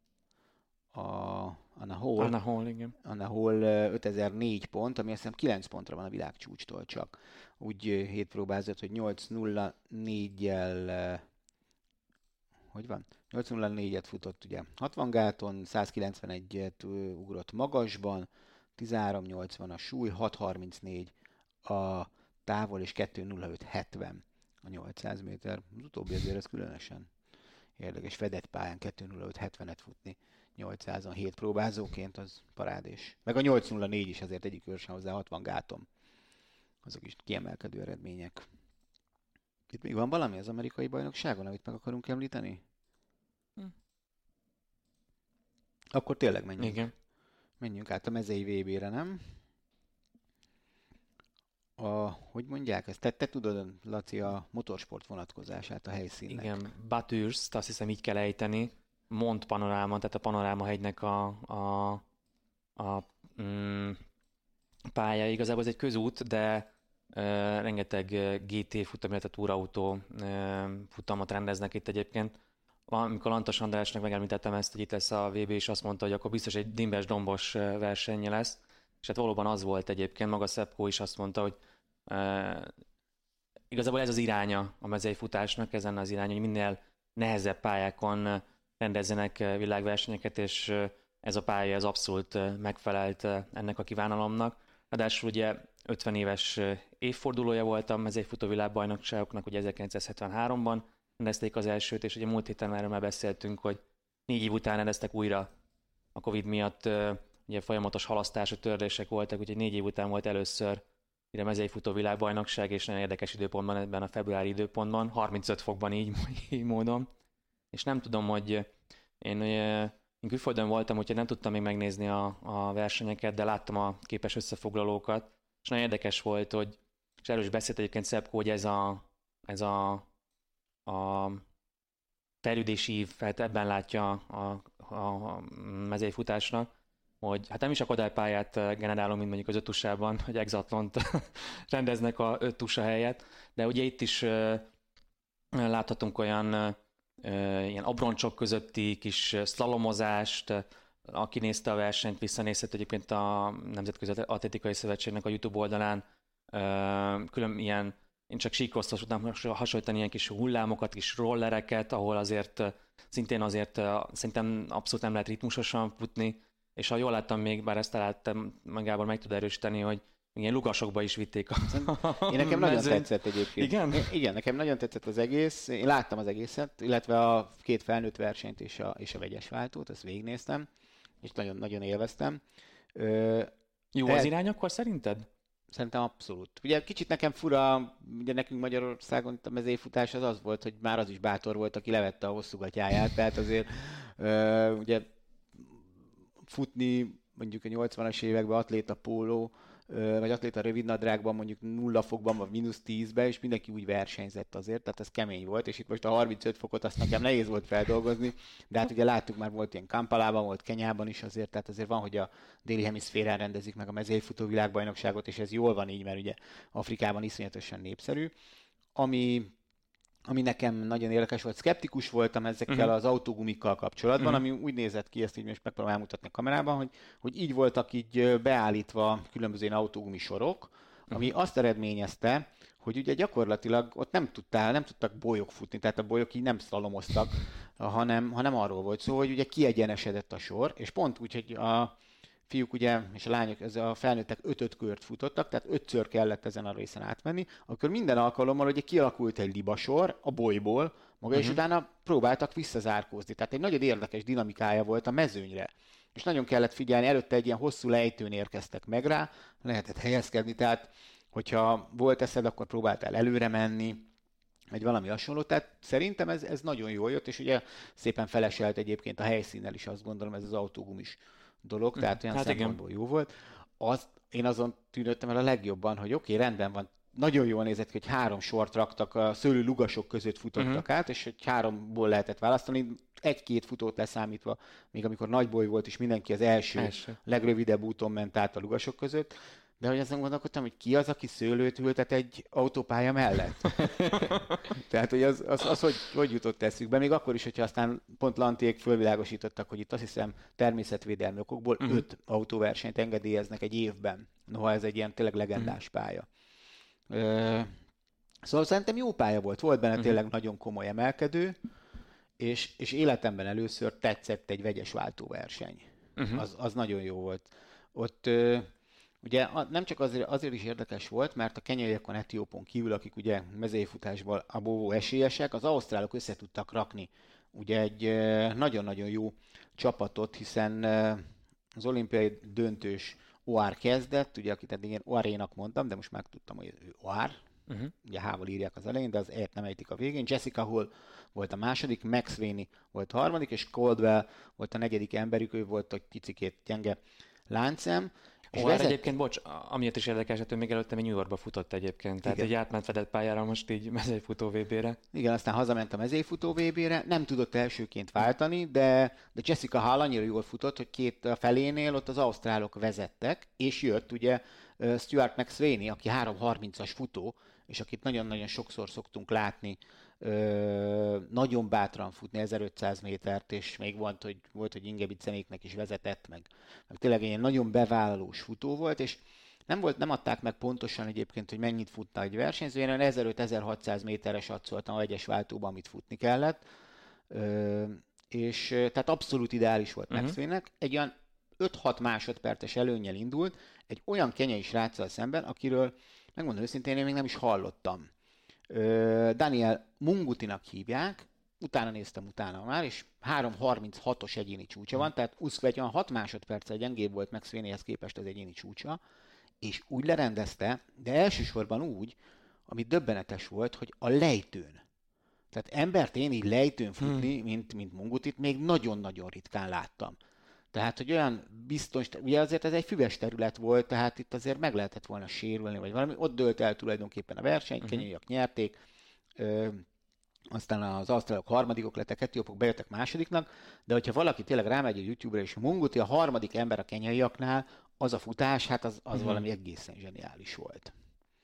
a Anna Hall, Anna Hall, igen. Anna Hall ötezer-négy pont, ami azt hiszem kilenc pontra van a világcsúcstól csak. Úgy hétpróbázott, hogy nyolc nulla négyel hogy van? nyolc nulla négyet futott ugye hatvan gáton, száz kilencvenegyet ugrott magasban, tizenhárom nyolcvan a súly, hat harmincnégy a távol, és kettő nulla öt hetven a nyolcszáz méter. Az utóbbi azért ez különösen érdekes, fedett pályán kettő nulla öt hetvenet futni nyolcszázon hét próbázóként, az parádés. Meg a nyolc nulla négy is azért egyik sem hozzá, hatvan gátom. Azok is kiemelkedő eredmények. Itt még van valami az amerikai bajnokságon, amit meg akarunk említeni? Hm. Akkor tényleg menjünk. Igen. Menjünk át a mezei vé bé-re, nem? A, hogy mondják ezt? Te, te tudod, Laci, a motorsport vonatkozását a helyszínnek. Igen, Bathurst, azt hiszem így kell ejteni. Mont Panoráma, tehát a Panorámahegynek a, a, a mm, pálya. Igazából ez egy közút, de e, rengeteg gé té futam, illetve túrautó e, futamot rendeznek itt egyébként. Amikor Lantos Andrásnak megemlítettem ezt, hogy itt lesz a vé bé, és azt mondta, hogy akkor biztos egy dimbes-dombos versenye lesz. És hát valóban az volt egyébként, maga Szepkó is azt mondta, hogy e, igazából ez az iránya a mezei futásnak, ezen az irány, hogy minél nehezebb pályákon rendezzenek világversenyeket, és ez a pálya ez abszolút megfelelt ennek a kívánalomnak. Ráadásul ugye ötven éves évfordulója volt a mezei futóvilágbajnokságoknak, ugye ezerkilencszázhetvenháromban rendezték az elsőt, és ugye múlt héten erről már beszéltünk, hogy négy év után rendeztek újra a Covid miatt, ugye folyamatos halasztások, törlések voltak, úgyhogy négy év után volt először a mezei futóvilágbajnokság, és nagyon érdekes időpontban, ebben a februári időpontban, harmincöt fokban így, így módon. És nem tudom, hogy én, én külföldön voltam, úgyhogy nem tudtam még megnézni a, a versenyeket, de láttam a képes összefoglalókat, és nagyon érdekes volt, hogy, és erről is beszélt egyébként Szepko, hogy ez a, ez a, a fejlődési ív, hát ebben látja a, a mezei futásnak, hogy hát nem is akadálypályát generálom, mint mondjuk az ötusában, hogy exatlont rendeznek a ötusa helyett, de ugye itt is uh, láthatunk olyan uh, ilyen abroncsok közötti kis szlalomozást, aki nézte a versenyt, visszanézhet egyébként a Nemzetközi Atlétikai Szövetségnek a YouTube oldalán, uh, külön ilyen, én csak síkrosztos tudnám hasonlítani ilyen kis hullámokat, kis rollereket, ahol azért szintén azért uh, szerintem abszolút nem lehet ritmusosan futni, és ha jól láttam még, bár ezt találtam, magából meg tud erősíteni, hogy ilyen lugasokba is vitték a Én nekem nagyon tetszett egyébként. Igen? Én, igen, nekem nagyon tetszett az egész. Én láttam az egészet, illetve a két felnőtt versenyt és a, és a vegyes váltót, ezt végignéztem, és nagyon, nagyon élveztem. Ö, Jó de... az irány akkor szerinted? Szerintem abszolút. Ugye kicsit nekem fura, ugye nekünk Magyarországon a mezőfutás az az volt, hogy már az is bátor volt, aki levette a hosszú gatyáját, tehát azért ö, ugye futni mondjuk a nyolcvanas években atléta póló, vagy atléta rövidnadrágban mondjuk nulla fokban, vagy mínusz tízben, és mindenki úgy versenyzett azért, tehát ez kemény volt, és itt most a harmincöt fokot azt nekem nehéz volt feldolgozni, de hát ugye láttuk, már volt ilyen Kampalában, volt Kenyában is azért, tehát azért van, hogy a déli hemiszférán rendezik meg a mezőfutó világbajnokságot, és ez jól van így, mert ugye Afrikában iszonyatosan népszerű. Ami ami nekem nagyon érdekes volt, szkeptikus voltam ezekkel uh-huh. az autógumikkal kapcsolatban, uh-huh. ami úgy nézett ki, ezt így most megpróbálom elmutatni a kamerában, hogy, hogy így voltak így beállítva különböző autógumi sorok, ami uh-huh. azt eredményezte, hogy ugye gyakorlatilag ott nem tudtál, nem tudtak bolyok futni, tehát a bolyok így nem szlalomoztak, hanem, hanem arról volt szó, hogy ugye kiegyenesedett a sor, és pont úgy, hogy a fiúk ugye, és a lányok, ez a felnőttek öt-öt kört futottak, tehát ötször kellett ezen a részen átmenni, akkor minden alkalommal ugye kialakult egy libasor a bolyból maga, uh-huh. és utána próbáltak visszazárkózni. Tehát egy nagyon érdekes dinamikája volt a mezőnyre. És nagyon kellett figyelni, előtte egy ilyen hosszú lejtőn érkeztek meg rá, lehetett helyezkedni, tehát hogyha volt eszed, akkor próbáltál előre menni, vagy valami hasonló. Tehát szerintem ez, ez nagyon jól jött, és ugye szépen feleselt egyébként a helyszínnel is, azt gondolom, ez az autógumis dolog, tehát olyan hát szempontból igen. jó volt. Azt, én azon tűnődtem el a legjobban, hogy oké, okay, rendben van, nagyon jól nézett ki, hogy három sort raktak, a szőlő lugasok között futottak uh-huh. át, és hogy háromból lehetett választani, egy-két futót leszámítva, még amikor nagy boly volt, és mindenki az első, első. legrövidebb úton ment át a lugasok között, de hogy azon gondolkodtam, hogy ki az, aki szőlőt ültet egy autópálya mellett. Tehát, hogy az, az, az hogy, hogy jutott eszükbe, még akkor is, hogyha aztán pont Lantiék fölvilágosítottak, hogy itt azt hiszem természetvédelmi okokból uh-huh. öt autóversenyt engedélyeznek egy évben. Noha ez egy ilyen tényleg legendás uh-huh. pálya. Ö, szóval szerintem jó pálya volt, volt benne uh-huh. tényleg nagyon komoly emelkedő, és, és életemben először tetszett egy vegyes váltóverseny. Uh-huh. Az, az nagyon jó volt. Ott ö, ugye nem csak azért, azért is érdekes volt, mert a kenyaiakon, etiópon kívül, akik ugye mezőfutásból a bóvó esélyesek, az ausztrálok össze tudtak rakni ugye egy nagyon-nagyon jó csapatot, hiszen az olimpiai döntős o á er kezdett, ugye akit eddig én o á er-énak mondtam, de most megtudtam, hogy ő o á er, uh-huh. ugye H-val írják az elején, de az E-t nem ejtik a végén. Jessica Hull volt a második, Max Sweeney volt a harmadik, és Caldwell volt a negyedik emberük, ő volt egy picikét gyenge láncszem. És vezet... egyébként, bocs, amiért is érdekes, hogy még előtte még New Yorkba futott egyébként, tehát egy átment fedett pályára most így mezőfutó vé bé-re. Igen, aztán hazament a mezőfutó vé bé-re, nem tudott elsőként váltani, de, de Jessica Hull annyira jól futott, hogy két felénél ott az ausztrálok vezettek, és jött ugye Stuart McSweeney, aki három harmincas futó, és akit nagyon-nagyon sokszor szoktunk látni, Ö, nagyon bátran futni ezerötszáz métert, és még volt, hogy, volt, hogy Ingebrigtsenéknek is vezetett, meg, meg tényleg egy nagyon bevállalós futó volt, és Nem, volt, nem adták meg pontosan egyébként, hogy mennyit futna egy versenyző, én olyan ezerötszáz-ezerhatszáz méteres adszoltam a vegyes váltóban, amit futni kellett. Ö, és tehát abszolút ideális volt uh-huh. Maxwell-nek. Egy olyan öt-hat másodperces előnnyel indult, egy olyan kenyai sráccal szemben, akiről megmondom őszintén, én még nem is hallottam. Ö, Daniel Mungutinak hívják, utána néztem utána már, és három harminchatos egyéni csúcsa van, tehát Uszkve egy olyan hat másodperccel gyengébb volt Maxwell-néhez képest az egyéni csúcsa, és úgy lerendezte, de elsősorban úgy, ami döbbenetes volt, hogy a lejtőn. Tehát embert én így lejtőn futni, hmm. mint, mint Mungutit, még nagyon-nagyon ritkán láttam. Tehát, hogy olyan biztos, ugye azért ez egy füves terület volt, tehát itt azért meg lehetett volna sérülni, vagy valami, ott dőlt el tulajdonképpen a verseny, uh-huh. kenyaiak nyerték, ö, aztán az ausztrálok harmadikok lettek, etiópok bejöttek másodiknak, de hogyha valaki tényleg rámegy a YouTube-ra, és Munguti a harmadik ember a kenyaiaknál, az a futás, hát az, az uh-huh. valami egészen zseniális volt.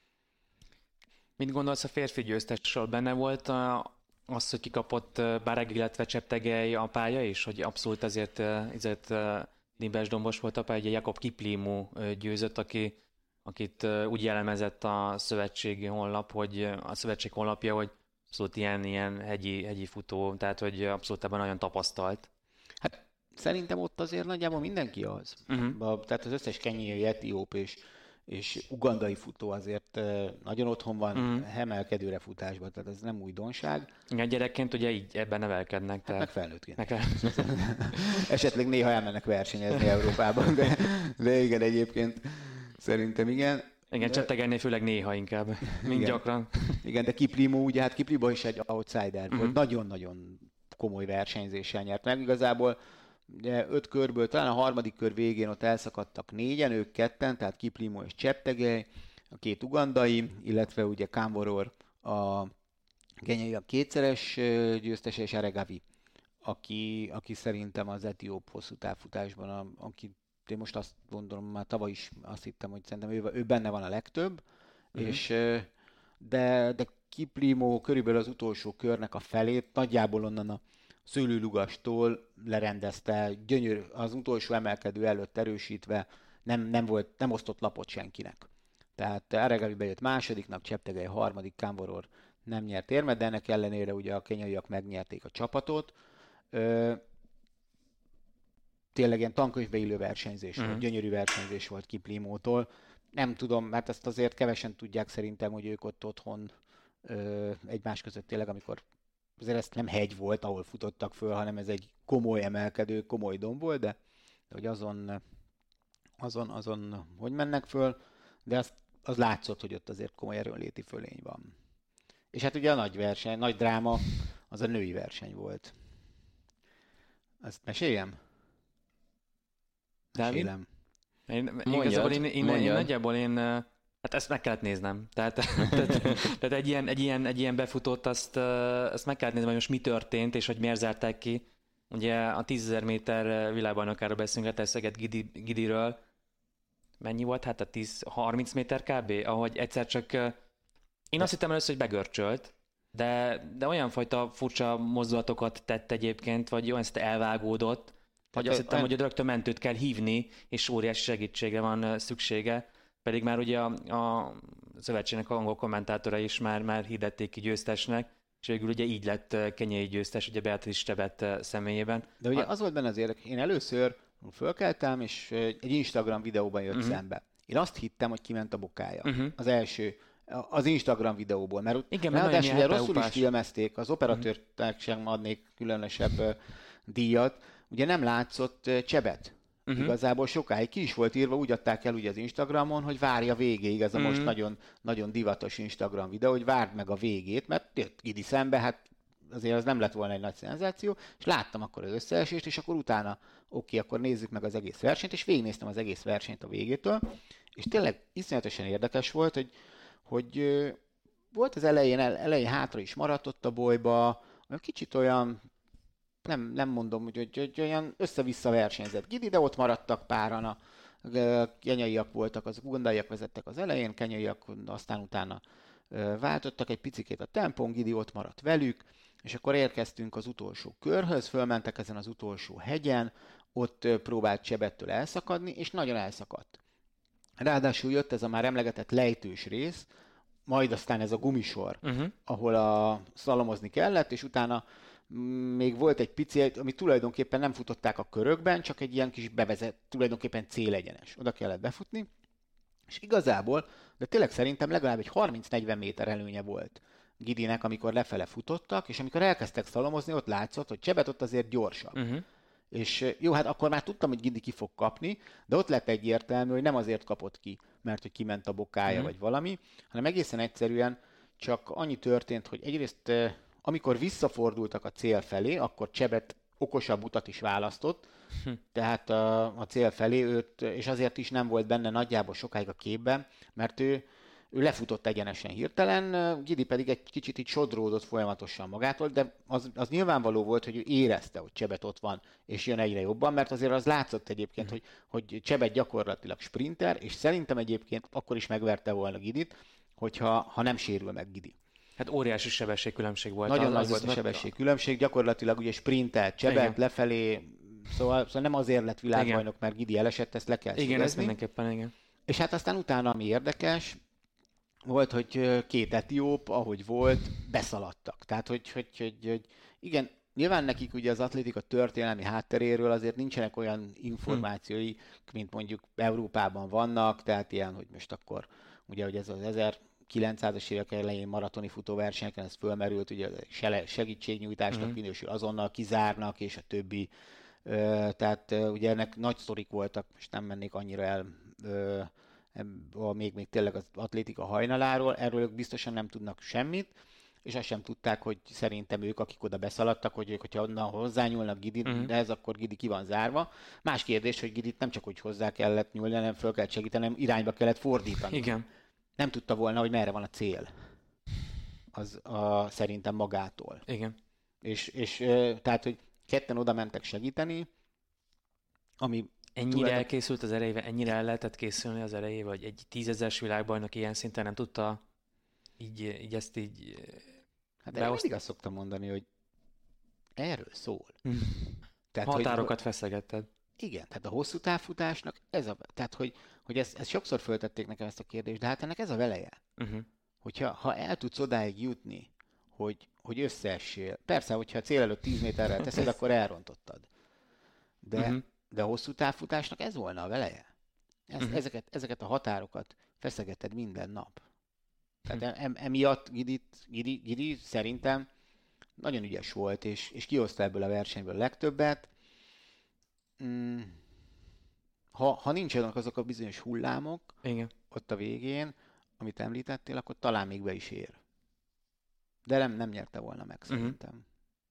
Mit gondolsz a férfi győztesről? Benne volt a, az, hogy kikapott Bareg, illetve Cseptegei a pálya is, hogy abszolút azért, azért Dimbes-Dombos volt a pálya, ugye Jakob Kiplimu győzött, aki, akit úgy jellemezett a szövetségi honlap, hogy a szövetség honlapja, hogy abszolút ilyen, ilyen hegyi, hegyi futó, tehát hogy abszolút ebben nagyon tapasztalt. Hát szerintem ott azért nagyjából mindenki az. Uh-huh. Tehát az összes kenyai, etióp és, és ugandai futó azért nagyon otthon van uh-huh. emelkedőre futásban, tehát ez nem újdonság. Igen, gyerekként ugye így ebben nevelkednek. Hát tehát... meg felnőttként. Meg esetleg néha elmennek versenyezni Európában, de, de igen, egyébként szerintem igen. Igen, Cseptegeinél főleg néha inkább, mint gyakran. Igen, de Kiplimu, ugye hát Kiplimu is egy outsider uh-huh. volt, nagyon-nagyon komoly versenyzéssel nyert meg. Igazából ugye öt körből, talán a harmadik kör végén ott elszakadtak négyen, ők ketten, tehát Kiplimu és Cseptegei, a két ugandai, illetve ugye Kamboror a kenyai a kétszeres győztese, és Aregawi, aki, aki szerintem az etióp hosszú távfutásban, a, aki én most azt gondolom, már tavaly is azt hittem, hogy szerintem ő, ő benne van a legtöbb, uh-huh. és de, de Kiplimu körülbelül az utolsó körnek a felét, nagyjából onnan a szőlőlugastól lerendezte, gyönyörű, az utolsó emelkedő előtt erősítve, nem, nem, volt, nem osztott lapot senkinek. Tehát Aregawi bejött másodiknak, Cseptegei harmadik, Kamboror nem nyert érmet, de ennek ellenére ugye a kenyaiak megnyerték a csapatot. Ö, tényleg ilyen tankönyvbe illő versenyzés uh-huh. volt, gyönyörű versenyzés volt Kiplimótól. Nem tudom, mert ezt azért kevesen tudják szerintem, hogy ők ott otthon ö, egymás között tényleg, amikor azért ez nem hegy volt, ahol futottak föl, hanem ez egy komoly emelkedő, komoly domb volt, de, de hogy azon, azon, azon hogy mennek föl, de az, az látszott, hogy ott azért komoly erőnléti fölény van. És hát ugye a nagy verseny, nagy dráma, az a női verseny volt. Ezt meséljem? Mesélem. Én, igazából én, én, én, én nagyjából én, hát ezt meg kellett néznem. Tehát, tehát, tehát egy, ilyen, egy, ilyen, egy ilyen befutót, azt, azt meg kellett néznem, hogy most mi történt, és hogy miért zárták ki. Ugye a tízezer méter világbajnokáról beszélünk, Leteszegett Gidi, Gidiről. Mennyi volt? Hát a tíz harminc méter kb. Ahogy egyszer csak... Én azt hittem először, hogy begörcsölt, de, de olyan fajta furcsa mozdulatokat tett egyébként, vagy olyan szinte elvágódott, hogy azt hittem, hogy rögtön mentőt kell hívni, és óriási segítségre van szüksége. Pedig már ugye a, a szövetségnek angol kommentátora is már, már hirdették ki győztesnek, és végül ugye így lett kenyai győztes, ugye Beatrice Stebet személyében. De ugye az volt benne az érdekes, én először fölkeltem, és egy Instagram videóban jött uh-huh. szembe. Én azt hittem, hogy kiment a bokája. Uh-huh. Az első, az Instagram videóból. Mert igen, ráadásul ugye rosszul is filmezték, az operatőrnek uh-huh. sem adnék különösebb díjat. Ugye nem látszott Csebet. Uh-huh. Igazából sokáig ki is volt írva, úgy adták el ugye az Instagramon, hogy várja végéig, ez a uh-huh. most nagyon, nagyon divatos Instagram videó, hogy várd meg a végét, mert jött Gidi szembe, hát azért az nem lett volna egy nagy szenzáció, és láttam akkor az összeesést, és akkor utána, oké, akkor nézzük meg az egész versenyt, és végignéztem az egész versenyt a végétől, és tényleg iszonyatosan érdekes volt, hogy, hogy volt az elején, elején hátra is maradt ott a bolyba, kicsit olyan, nem, nem mondom, hogy, hogy, hogy olyan össze-vissza versenyzett Gidi, de ott maradtak páran, a kenyaiak voltak, az ugandaiak vezettek az elején, kenyaiak aztán utána váltottak egy picikét a tempón, Gidi ott maradt velük, és akkor érkeztünk az utolsó körhöz, fölmentek ezen az utolsó hegyen, ott próbált Csebettől elszakadni, és nagyon elszakadt. Ráadásul jött ez a már emlegetett lejtős rész, majd aztán ez a gumisor, uh-huh. ahol a szalamozni kellett, és utána még volt egy pici, ami tulajdonképpen nem futották a körökben, csak egy ilyen kis bevezet, tulajdonképpen célegyenes. Oda kellett befutni, és igazából, de tényleg szerintem legalább egy harminc-negyven méter előnye volt Gidinek, amikor lefele futottak, és amikor elkezdtek szalamozni, ott látszott, hogy Csebet ott azért gyorsabb. Uh-huh. És jó, hát akkor már tudtam, hogy Gidi ki fog kapni, de ott lett egyértelmű, hogy nem azért kapott ki, mert hogy kiment a bokája, uh-huh. vagy valami, hanem egészen egyszerűen csak annyi történt, hogy egyrészt amikor visszafordultak a cél felé, akkor Csebet okosabb utat is választott, hm. tehát a, a cél felé őt, és azért is nem volt benne nagyjából sokáig a képben, mert ő, ő lefutott egyenesen hirtelen, Gidi pedig egy kicsit így sodródott folyamatosan magától, de az, az nyilvánvaló volt, hogy ő érezte, hogy Csebet ott van, és jön egyre jobban, mert azért az látszott egyébként, hm. hogy, hogy Csebet gyakorlatilag sprinter, és szerintem egyébként akkor is megverte volna Gidit, hogyha ha nem sérül meg Gidi. Hát óriási sebességkülönbség volt. Nagyon nagy volt a sebességkülönbség, gyakorlatilag ugye sprintelt Csebet igen. lefelé, szóval, szóval nem azért lett világbajnok, mert Gidi elesett, ezt le kell igen, szögezni. ezt mindenképpen, igen. És hát aztán utána, ami érdekes, volt, hogy két etióp, ahogy volt, beszaladtak. Tehát, hogy, hogy, hogy, hogy igen, nyilván nekik ugye az atlétika történelmi hátteréről azért nincsenek olyan információi, hm. mint mondjuk Európában vannak, tehát ilyen, hogy most akkor ugye, hogy ez az ezerkilencszázas évek elején maratoni futóversenyeken ez fölmerült, ugye segítségnyújtásnak mm-hmm. minősül, azonnal kizárnak, és a többi. Ö, tehát ö, ugye ennek nagy sztorik voltak, most nem mennék annyira el ö, még, még tényleg az atlétika hajnaláról, erről ők biztosan nem tudnak semmit, és azt sem tudták, hogy szerintem ők, akik oda beszaladtak, hogy ők, hogyha onnan hozzányúlnak Gidit, mm-hmm. de ez akkor Gidi ki van zárva. Más kérdés, hogy Gidit nem csak hogy hozzá kellett nyúlni, hanem föl kellett segíteni, hanem irányba kellett fordítani. Igen. Nem tudta volna, hogy merre van a cél. Az a, szerintem magától. Igen. És, és tehát, hogy ketten oda mentek segíteni, ami... Ennyire tulajdon... elkészült az erejével, ennyire el lehetett készülni az erejével, hogy egy tízezres világbajnok ilyen szinten nem tudta így, így ezt így... Hát én mindig azt szoktam mondani, hogy erről szól. Tehát, határokat hogy... feszegetted. Igen, tehát a hosszú távfutásnak ez a... Tehát, hogy, hogy ezt, ezt sokszor föltették nekem ezt a kérdést, de hát ennek ez a veleje. Uh-huh. Hogyha ha el tudsz odáig jutni, hogy, hogy összeessél. Persze, hogyha cél előtt tíz méterrel teszed, akkor elrontottad. De, uh-huh. de a hosszú távfutásnak ez volna a veleje. Ez, uh-huh. ezeket, ezeket a határokat feszegeted minden nap. Tehát uh-huh. em, emiatt Gidi, Gidi, Gidi szerintem nagyon ügyes volt, és, és kihozta ebből a versenyből a legtöbbet. Mm. Ha, ha nincsenek azok a bizonyos hullámok igen. ott a végén, amit említettél, akkor talán még be is ér. De nem, nem nyerte volna meg, szerintem. Uh-huh.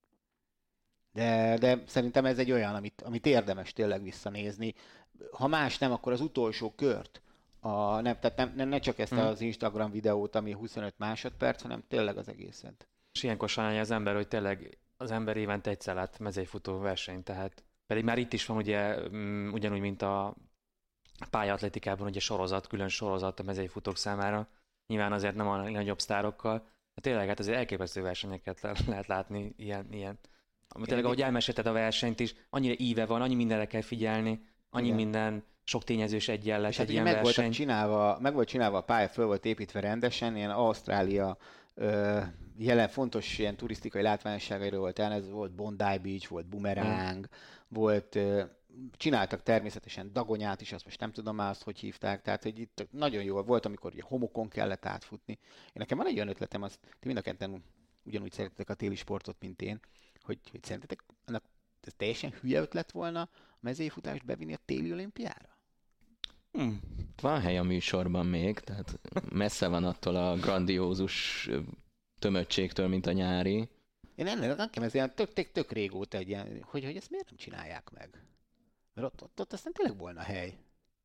De, de szerintem ez egy olyan, amit, amit érdemes tényleg visszanézni. Ha más nem, akkor az utolsó kört. A, nem, tehát nem, nem, ne csak ezt uh-huh. az Instagram videót, ami huszonöt másodperc, hanem tényleg az egészet. És ilyenkor sajnálja az ember, hogy tényleg az ember évente egyszer lát mezőnyfutó versenyt, tehát pedig már itt is van ugye um, ugyanúgy, mint a pályaatletikában, ugye sorozat, külön sorozat a mezőnyfutók számára. Nyilván azért nem a nagyobb sztárokkal. De tényleg hát azért elképesztő versenyeket le- lehet látni, ilyen, ilyen. Ami tényleg, ahogy elmesélted a versenyt is, annyira íve van, annyi mindenre kell figyelni, annyi igen. minden, sok tényezős egyenlet, egy hát ilyen meg verseny. Volt csinálva, meg volt csinálva a pálya, föl volt építve rendesen, ilyen Ausztrália ö, jelen fontos ilyen turisztikai látványosságairól volt el, ez volt Bondi Beach, volt Boomerang, hmm. volt, ö, csináltak természetesen dagonyát is, azt most nem tudom már azt, hogy hívták, tehát hogy itt nagyon jó volt, amikor ugye homokon kellett átfutni. Én nekem van egy olyan ötletem, azt ti mind a ketten ugyanúgy szeretitek a téli sportot, mint én, hogy, hogy szerintetek annak ez teljesen hülye ötlet volna a mezőnyfutást bevinni a téli olimpiára? Hmm. Van hely a műsorban még, tehát messze van attól a grandiózus tömöttségtől, mint a nyári. Én ennek nekem ez ilyen tök, tök, tök régóta egy ilyen, hogy, hogy ezt miért nem csinálják meg? Mert ott, ott, ott aztán tényleg volna hely.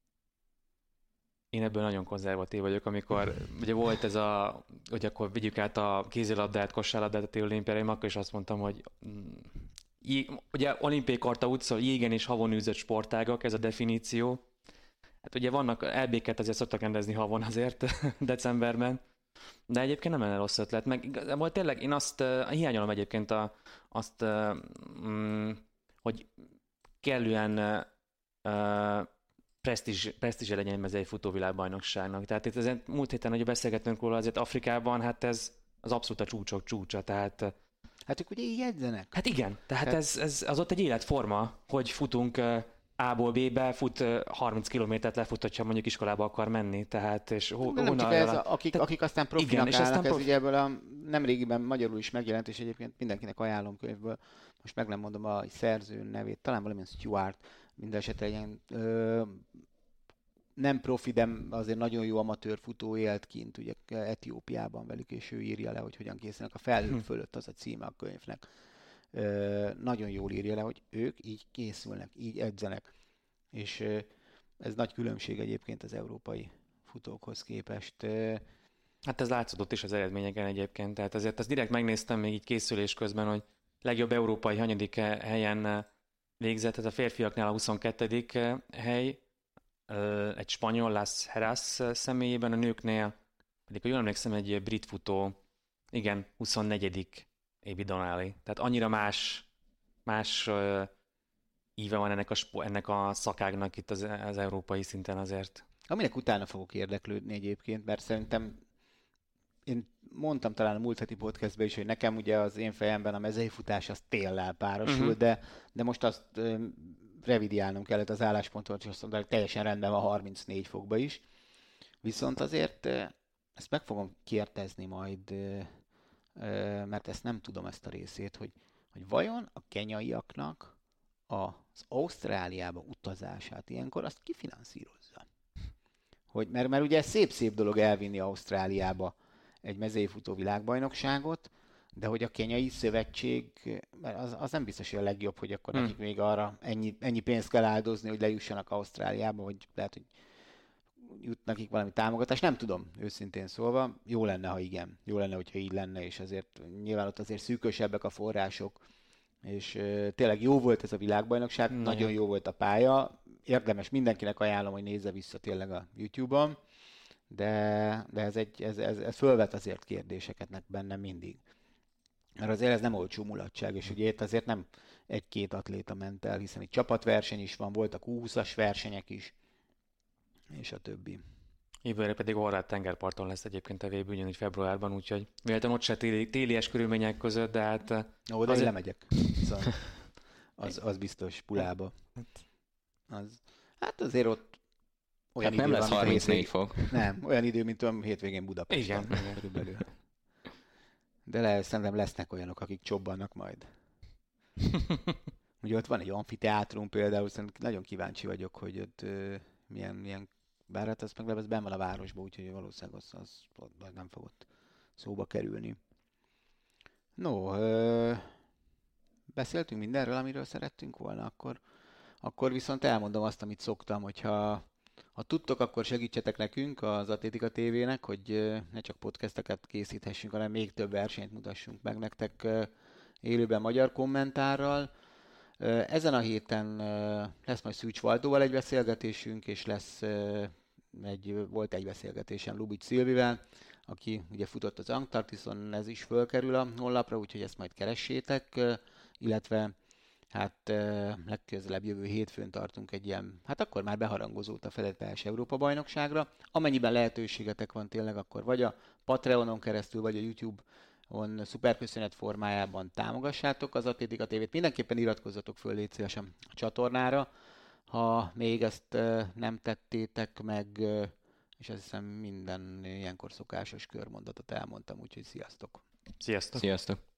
Én ebből nagyon konzervatív vagyok, amikor ugye volt ez a, hogy akkor vigyük át a kézilabdát, kosárlabdát a téli olimpiára, akkor is azt mondtam, hogy jég, ugye olimpiai karta úgy szól, jégen és havon űzött sportágak, ez a definíció. Hát ugye vannak, é bé-ket azért szoktak rendezni havon azért, decemberben, de egyébként nem lenne rossz ötlet, meg igazából tényleg én azt uh, hiányolom egyébként a, azt, uh, um, hogy kellően uh, presztízs, presztízse legyen egy mezei futóvilágbajnokságnak. Tehát itt azért múlt héten, hogy beszélgetünk róla, azért Afrikában, hát ez az abszolút a csúcsok csúcsa, tehát... Hát ők ugye így edzenek. Hát igen, tehát Tehát- ez, ez az ott egy életforma, hogy futunk uh, A-ból B-be, fut uh, harminc kilométert lefut, hogyha mondjuk iskolába akar menni, tehát és hó, De nem csak hónalja ez, alatt- akik, Tehát- akik aztán igen, profinak és állnak, aztán ez profi- ugye ebből a nemrégiben magyarul is megjelent, és egyébként mindenkinek ajánlom könyvből, most meg nem mondom a szerző nevét, talán valamilyen Stuart, minden esetre ilyen ö, nem profi, de azért nagyon jó amatőr futó élt kint, ugye Etiópiában velük, és ő írja le, hogy hogyan készülnek a felhők Hm. fölött, az a címe a könyvnek. Ö, nagyon jól írja le, hogy ők így készülnek, így edzenek. És ö, ez nagy különbség egyébként az európai futókhoz képest. Ö, Hát ez látszott is az eredményeken egyébként, tehát azért azt direkt megnéztem még így készülés közben, hogy legjobb európai hanyadik helyen eh, végzett, tehát a férfiaknál a huszonkettedik hely, eh, egy spanyol Las Heras eh, személyében, a nőknél pedig, ha jól emlékszem, egy brit futó, igen, huszonnegyedik Ebi Donnelly. Tehát annyira más, más eh, íve van ennek a, spo- ennek a szakágnak itt az, az európai szinten azért. Aminek utána fogok érdeklődni egyébként, mert szerintem én mondtam talán a múlt heti podcastben is, hogy nekem ugye az én fejemben a mezei futás az téllel párosul, Mhm. uh-huh. de, de most azt ö, revidiálnom kellett az álláspontot, és azt mondta, hogy teljesen rendben van harmincnégy fokba is. Viszont azért ö, ezt meg fogom kérdezni majd, ö, ö, mert ezt nem tudom ezt a részét, hogy, hogy vajon a kenyaiaknak az Ausztráliába utazását ilyenkor azt kifinanszírozza. Hogy, mert, mert ugye szép-szép dolog elvinni Ausztráliába egy mezei futó világbajnokságot, de hogy a kenyai szövetség, mert az, az nem biztos, hogy a legjobb, hogy akkor Hmm. nekik még arra ennyi, ennyi pénzt kell áldozni, hogy lejussanak Ausztráliába, vagy lehet, hogy jut nekik valami támogatás. Nem tudom, őszintén szólva. Jó lenne, ha igen. Jó lenne, hogyha így lenne, és azért nyilván ott azért szűkösebbek a források, és ö, tényleg jó volt ez a világbajnokság, Nagyon. nagyon jó volt a pálya. Érdemes, mindenkinek ajánlom, hogy nézze vissza tényleg a YouTube-on, de, de ez, egy, ez, ez, ez fölvet azért kérdéseket nek- bennem mindig. Mert azért ez nem olcsó mulatság, és ugye itt azért nem egy-két atléta ment el, hiszen itt csapatverseny is van, voltak U húszas versenyek is, és a többi. Jövőre pedig horvát tengerparton lesz egyébként a vé bé, ugyanúgy februárban, úgyhogy véletlenül ott se téli, télies körülmények között, de hát eh, Ó, de Azért- én lemegyek. Szóval az, az biztos Pulába. Az, hát azért ott olyan Hát nem idő lesz van, mint a harmincnégy hétvégén- fok. Nem, olyan idő, mint a hétvégén Budapesten. Igen, igen. Körülbelül. De le, szerintem lesznek olyanok, akik csobbannak majd. Ugye ott van egy amfiteátrum például, szerintem nagyon kíváncsi vagyok, hogy ott ö, milyen, milyen, bár hát az meg ez benn van a városban, úgyhogy valószínűleg az, az, az nem fog ott szóba kerülni. No, ö, beszéltünk mindenről, amiről szerettünk volna, akkor, akkor viszont elmondom azt, amit szoktam, hogyha ha tudtok, akkor segítsetek nekünk az Atlétika té vének, hogy ö, ne csak podcasteket készíthessünk, hanem még több versenyt mutassunk meg nektek ö, élőben magyar kommentárral. Ö, Ezen a héten ö, lesz majd Szűcs Valdóval egy beszélgetésünk, és lesz ö, egy, volt egy beszélgetésem Lubics Szilvivel, aki ugye futott az Antarktiszon, ez is fölkerül a honlapra, úgyhogy ezt majd keressétek, ö, illetve hát ö, legközelebb jövő hétfőn tartunk egy ilyen, hát akkor már beharangozódott a Fedett Pályás Európa bajnokságra. Amennyiben lehetőségetek van tényleg, akkor vagy a Patreonon keresztül, vagy a YouTube-on szuperköszönet formájában támogassátok az Atlétika té vét. Mindenképpen iratkozzatok föl, légy szívesen a csatornára, ha még ezt ö, nem tettétek meg, ö, és azt hiszem minden ilyenkor szokásos körmondatot elmondtam, úgyhogy sziasztok! Sziasztok! Sziasztok!